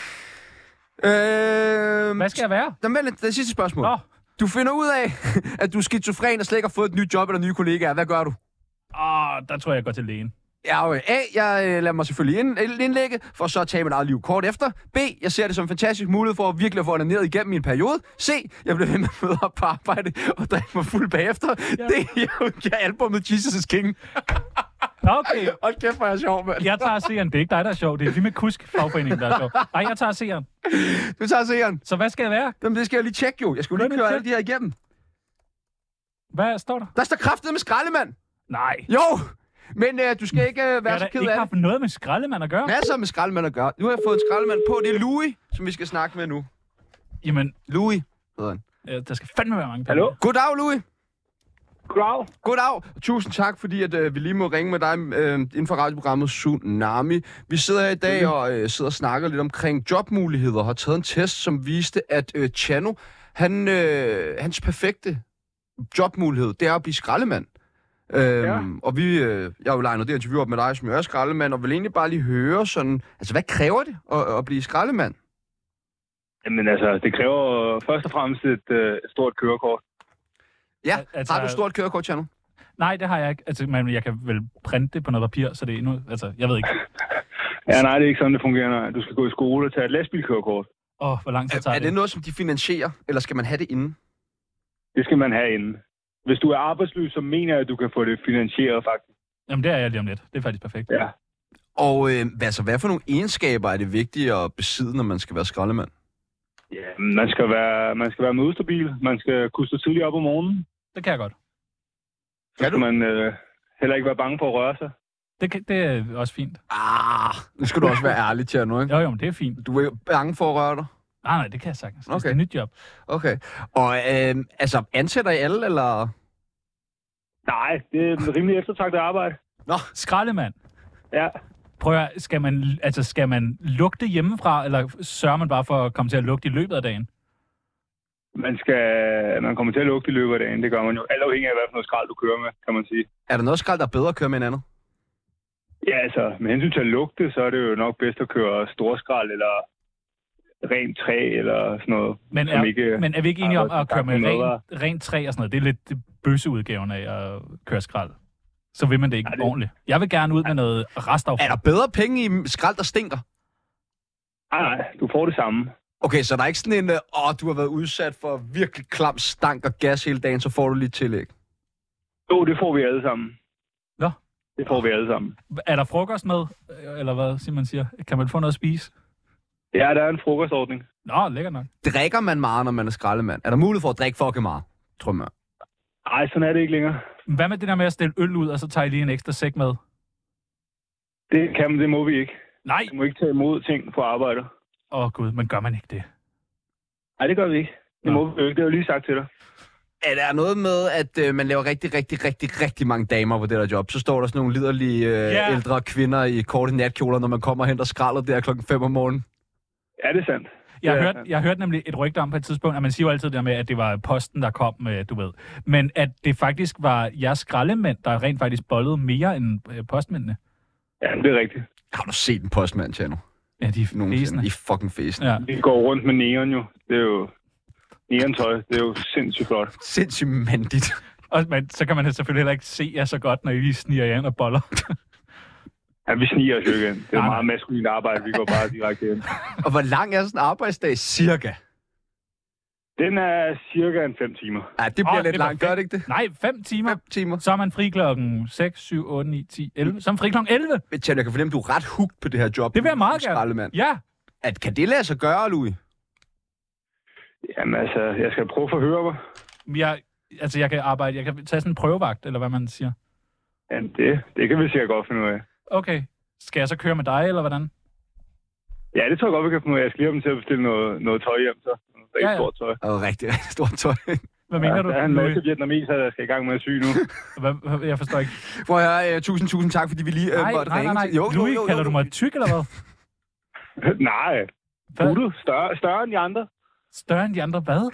Øh... Hvad skal jeg være? Den, den sidste spørgsmål. Nå. Du finder ud af, at du er skizofren og slet ikke har fået et nyt job eller nye kollegaer. Hvad gør du? Åh, der tror jeg, jeg går til lægen. Ja, okay. A. Jeg øh, lader mig selvfølgelig ind, indlægge, for så at tage mit eget liv kort efter. B. Jeg ser det som en fantastisk mulighed for at virkelig at få onaneret igennem min periode. C. Jeg bliver ved med at møde op på arbejde og drikke mig fuld bagefter. Ja. D. Jeg udgiver albumet Jesus is King. Okay. Hold kæft, hvor er jeg sjov, mand. Jeg tager seeren. Det er ikke dig, der er sjov. Det er lige med Kusk fagforeningen, der er sjov. Nej, jeg tager seeren. Du tager seeren. Så hvad skal jeg være? Jamen, det skal jeg lige tjekke, jo. Jeg skal jo lige køre alle de her igennem. Hvad står der? Der står kraftet med skraldemand. Nej. Jo! Men øh, du skal ikke øh, være så ked af det. Jeg har ikke haft noget med skraldemand at gøre. Masser med skraldemand at gøre. Nu har jeg fået en skraldemand på. Det er Louis, som vi skal snakke med nu. Jamen... Louis hedder han. Ja, der skal fandme være mange. Hallo? Goddag, Louis. Goddag. Goddag. Tusind tak, fordi at, øh, vi lige må ringe med dig øh, inden for radioprogrammet Tsunami. Vi sidder her i dag og øh, sidder og snakker lidt omkring jobmuligheder og har taget en test, som viste, at øh, Chano, han, øh, hans perfekte jobmulighed, det er at blive skraldemand. Øhm, ja. Og vi, øh, jeg har jo legnet det interview op med dig, som jeg er skraldemand, og vil egentlig bare lige høre sådan, altså hvad kræver det at, at blive skraldemand? Jamen altså, det kræver først og fremmest et, øh, et stort kørekort. Ja, altså, har du et stort kørekort, Chano? Nej, det har jeg ikke. Altså, men jeg kan vel printe det på noget papir, så det er endnu, altså, jeg ved ikke. Ja, nej, det er ikke sådan, det fungerer. Nej. Du skal gå i skole og tage et lastbilkørekort. Åh, oh, hvor lang tid tager er, det? Er det noget, som de finansierer, eller skal man have det inden? Det skal man have inden. Hvis du er arbejdsløs, så mener jeg, at du kan få det finansieret, faktisk. Jamen, det er jeg lige om lidt. Det er faktisk perfekt. Ja. Og øh, altså, hvad for nogle egenskaber er det vigtigt at besidde, når man skal være skraldemand? Ja, man skal være, man skal være mødestabil. Man skal kunne stå tidligt op om morgenen. Det kan jeg godt. Så skal man øh, heller ikke være bange for at røre sig. Det, kan, det er også fint. Ah, nu skal du også være ærlig til nu, ikke? Jo, jo, men det er fint. Du er bange for at røre dig? Nej, nej, det kan jeg sagtens. Okay. Det er et nyt job. Okay. Og øh, altså, ansætter I alle, eller? Nej, det er rimelig eftertragtet arbejde. Nå. Skraldemand. Ja. Prøv at, skal man, altså, skal man lugte hjemmefra, eller sørger man bare for at komme til at lugte i løbet af dagen? Man skal, man kommer til at lugte i løbet af dagen. Det gør man jo. Alt afhængig af, hvad for noget skrald du kører med, kan man sige. Er der noget skrald, der er bedre at køre med end andet? Ja, altså, med hensyn til at lugte, så er det jo nok bedst at køre storskrald, eller rent træ, eller sådan noget. Men er, ikke, men er vi ikke enige om at køre med rent, rent træ og sådan noget? Det er lidt det bøsseudgaven af at køre skrald. Så vil man det ikke ja, det... ordentligt. Jeg vil gerne ud med noget restaffald. Er der bedre penge i skrald, der stinker? Nej, nej. Du får det samme. Okay, så der er ikke sådan en, åh, du har været udsat for virkelig klam stank og gas hele dagen, så får du lige tillæg? Jo, det får vi alle sammen. Nå? Det får vi alle sammen. Er der frokost med? Eller hvad siger man siger? Kan man få noget at spise? Ja, der er en frokostordning. Nå, lækker nok. Drikker man meget, når man er skraldemand? Er der mulighed for at drikke fucking meget? Trømmer. Nej, sådan er det ikke længere. Hvad med det der med at stille øl ud, og så tager I lige en ekstra sæk med? Det kan man, det må vi ikke. Nej. Du må ikke tage imod ting på arbejde. Åh oh, gud, men gør man ikke det? Nej, det gør vi ikke. Det må vi jo ikke. Det har jeg lige sagt til dig. Er der noget med, at øh, man laver rigtig, rigtig, rigtig, rigtig mange damer på det der job? Så står der sådan nogle liderlige øh, Yeah. ældre kvinder i korte natkjoler, når man kommer hen og skralder der klokken fem om morgenen. Ja, det er sandt. Jeg har, Ja. hørt, jeg har hørt nemlig et rygte om på et tidspunkt, at man siger jo altid der med, at det var posten, der kom med, du ved. Men at det faktisk var jeres skraldemænd, der rent faktisk bollede mere end øh, postmændene. Ja, det er rigtigt. Har du set en postmand, Tjerno? Ja, de er fæsende. I fucking fæsende. Ja. Vi går rundt med neon jo. Det er jo neon-tøj. Det er jo sindssygt flot. Sindssygt mandigt. Og, men så kan man selvfølgelig heller ikke se jer så godt, når I lige sniger jer ind og boller. Ja, vi sniger os jo igen. Det er Nej, meget maskulint arbejde. Vi går bare direkte ind. Og hvor lang er sådan en arbejdsdag cirka? Den er cirka en fem timer. Ja, det bliver Åh, lidt det var langt, fem- gør det ikke det? Nej, fem timer. Fem timer. Så er man fri klokken seks, syv, otte, ni, ti, elleve. Så er man fri klokken elleve. Men Tjerno, jeg kan fornemme, du er ret hooked på det her job. Det vil jeg meget som gerne. skraldemand. Ja. At, kan det lade sig gøre, Louis? Jamen altså, jeg skal prøve at forhøre mig. Jeg, altså, jeg kan arbejde, jeg kan tage sådan en prøvevagt, eller hvad man siger. Ja, det, det kan vi sikkert godt finde ud af. Okay. Skal jeg så køre med dig, eller hvordan? Ja, det tror jeg godt, vi kan finde ud af. Jeg skal lige have dem til at bestille noget, noget tøj hjem, så. Rigtig Ja, ja. stort tøj. Og rigtig, rigtig stort tøj. Hvad mener ja, du? Der er en masse Louis? vietnameser, der skal i gang med at sy nu. Hvad, hvad, jeg forstår ikke. Prøv at høre, uh, tusind, tusind tak, fordi vi lige uh, Nej, måtte nej, ringe. nej, til- nej. Jo, jo, Louis, jo, jo, kalder jo. du mig tyk, eller hvad? Nej. Hvad? Du større, større end de andre. Større end de andre, hvad?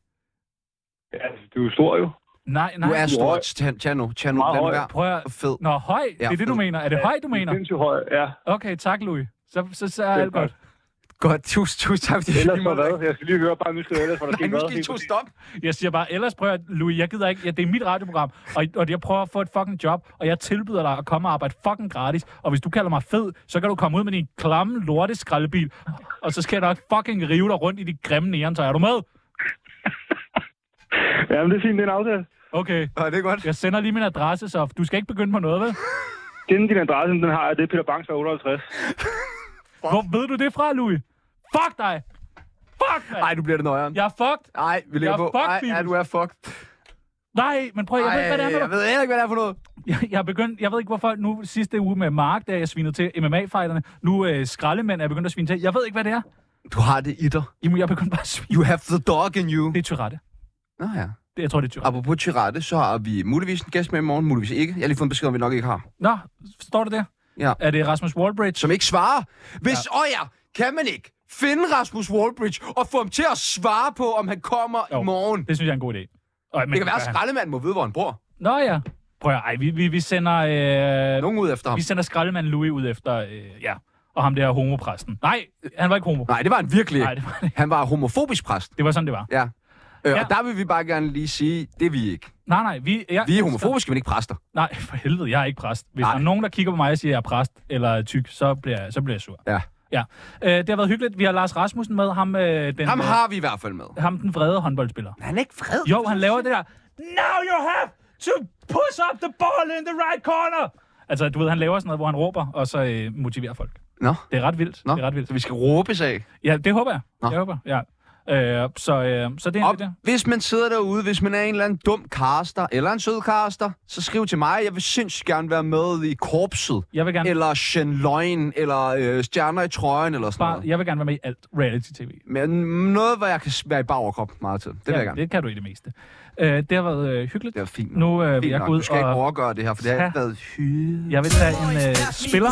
Ja, altså, du er stor jo. Nej, nej. Du er stor, høj. Tjerno. Tjerno, Meget lad nu høj. være. Prøv at... Og fed. Nå, høj. Det er Ja, det, du fed. mener. Er det høj, du mener? Sindssygt høj, ja. Okay, tak, Louis. Så, så, så er Det er alt godt. Godt, tusind, tusind tak, fordi Ellers vi for måtte hvad? Jeg skal lige høre bare, nu skal jeg ellers, for der Nej, skal nu hvad. skal I to stoppe. Jeg siger bare, ellers prøv at, Louis, jeg gider ikke, ja, det er mit radioprogram, og, og jeg prøver at få et fucking job, og jeg tilbyder dig at komme og arbejde fucking gratis, og hvis du kalder mig fed, så kan du komme ud med din klamme lorteskraldebil, og så skal jeg nok fucking rive dig rundt i de grimme neontøj. Er du med? Jamen, det er fint, det er en aftale. Okay. Ja, det er godt. Jeg sender lige min adresse, så du skal ikke begynde på noget, vel? Den din adresse, den har jeg, det er Peter Bangsvær otteoghalvtreds. Hvor ved du det fra, Louis? Fuck dig! Fuck, mand! Nej, du bliver det nøjeren. Jeg er fucked! Nej, vi ligger Jeg er på. fucked, Nej, ja, Pibels. du er fucked. Nej, men prøv, jeg ved ikke, hvad det er med jeg dig. ved heller ikke, hvad det er for noget. Jeg, jeg, har begyndt, jeg ved ikke, hvorfor nu sidste uge med Mark, da jeg svinede til M M A-fighterne. Nu øh, skraldemænd er jeg begyndt at svine til. Jeg ved ikke, hvad det er. Du har det i dig. Jamen, jeg er begyndt bare at svine. You have the dog in you. Det er Tourette. Nå ja. Det, jeg tror, det er Tourette. Apropos Tourette, så har vi muligvis en gæst med i morgen, muligvis ikke. Jeg har lige fået en besked om, vi nok ikke har. Nå, står det der? Ja. Er det Rasmus Wallbridge? Som ikke svarer. Hvis, åh ja. Oh ja, kan man ikke finde Rasmus Wallbridge og få ham til at svare på, om han kommer Jo, i morgen? Det synes jeg er en god idé. Og, men, Det kan være, at han- skraldemanden må vide, hvor han bor. Nå ja. Prøv at, ej, vi, vi, vi sender... Øh, Nogen ud efter ham. vi sender skraldemanden Louis ud efter... Øh, ja. Og ham der homopræsten. Nej, han var ikke homo. Nej, det var han virkelig Nej, ikke. det var det. Han var homofobisk præst. Det var sådan, det var. Ja. Øh, Ja. Og der vil vi bare gerne lige sige, det er vi ikke. Nej, nej. Vi, jeg, Vi er homofobiske, men ikke præster. Nej, for helvede, jeg er ikke præst. Hvis Nej. der er nogen, der kigger på mig og siger, at jeg er præst eller er tyk, så bliver jeg, så bliver jeg sur. Ja. Ja. Øh, det har været hyggeligt. Vi har Lars Rasmussen med. Ham, øh, den, Ham øh, har vi i hvert fald med. ham den vrede håndboldspiller. Han er ikke vred. Jo, han laver det der. Now you have to push up the ball in the right corner. Altså, du ved, han laver sådan noget, hvor han råber, og så øh, motiverer folk. Nå. Det er ret vildt. Nå. Det er ret vildt. Så vi skal råbes af. Ja, det håber jeg. Nå. Jeg håber, ja. Øh, så, øh, så det er Og det der. hvis man sidder derude, hvis man er en eller anden dum caster, eller en sød caster, så skriv til mig. Jeg vil sindssygt gerne være med i korpset. Jeg vil gerne, Eller Shen Løgn, eller øh, Stjerner i trøjen, eller sådan bare, noget. jeg vil gerne være med i alt reality-tv. Men noget, hvor jeg kan være i bag overkrop meget til. Det vil ja, jeg gerne. det kan du i det meste. Øh, det har været øh, hyggeligt. Det er fint. Nu øh, vil Fint jeg nok. gå ud Du skal ikke og... overgøre det her, for det har tage- ikke været hyggeligt. Jeg vil tage en øh, spiller.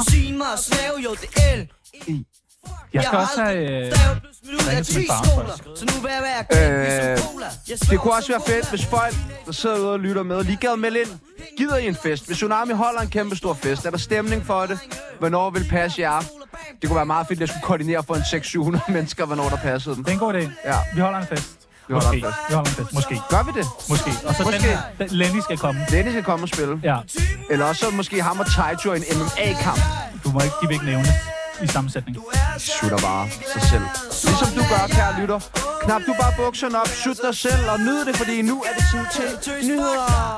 Jeg skal også have øh, ringet til min far først. Øh, det kunne også være fedt, hvis folk, der sidder ude og lytter med, lige gad melde ind. Gider I en fest? Hvis Tsunami holder en kæmpe stor fest, er der stemning for det? Hvornår vil passe jer? Det kunne være meget fedt, at jeg skulle koordinere for en seks til syv hundrede mennesker, hvornår der passede dem. Det er en god idé. Ja. Vi holder en fest. Vi holder Måske. en fest. Vi holder en fest. Måske. Gør vi det? Måske. Og så Måske. den her, den, Lenny skal komme. Lenny skal komme og spille. Ja. Eller også så måske ham og Taito i en M M A-kamp. Du må ikke, de vil ikke nævne i sammensætning. Sutter bare sig selv. Ligesom du gør, kære lytter. Knap du bare bukserne op, sut dig selv og nyd det, fordi nu er det tid til nyheder.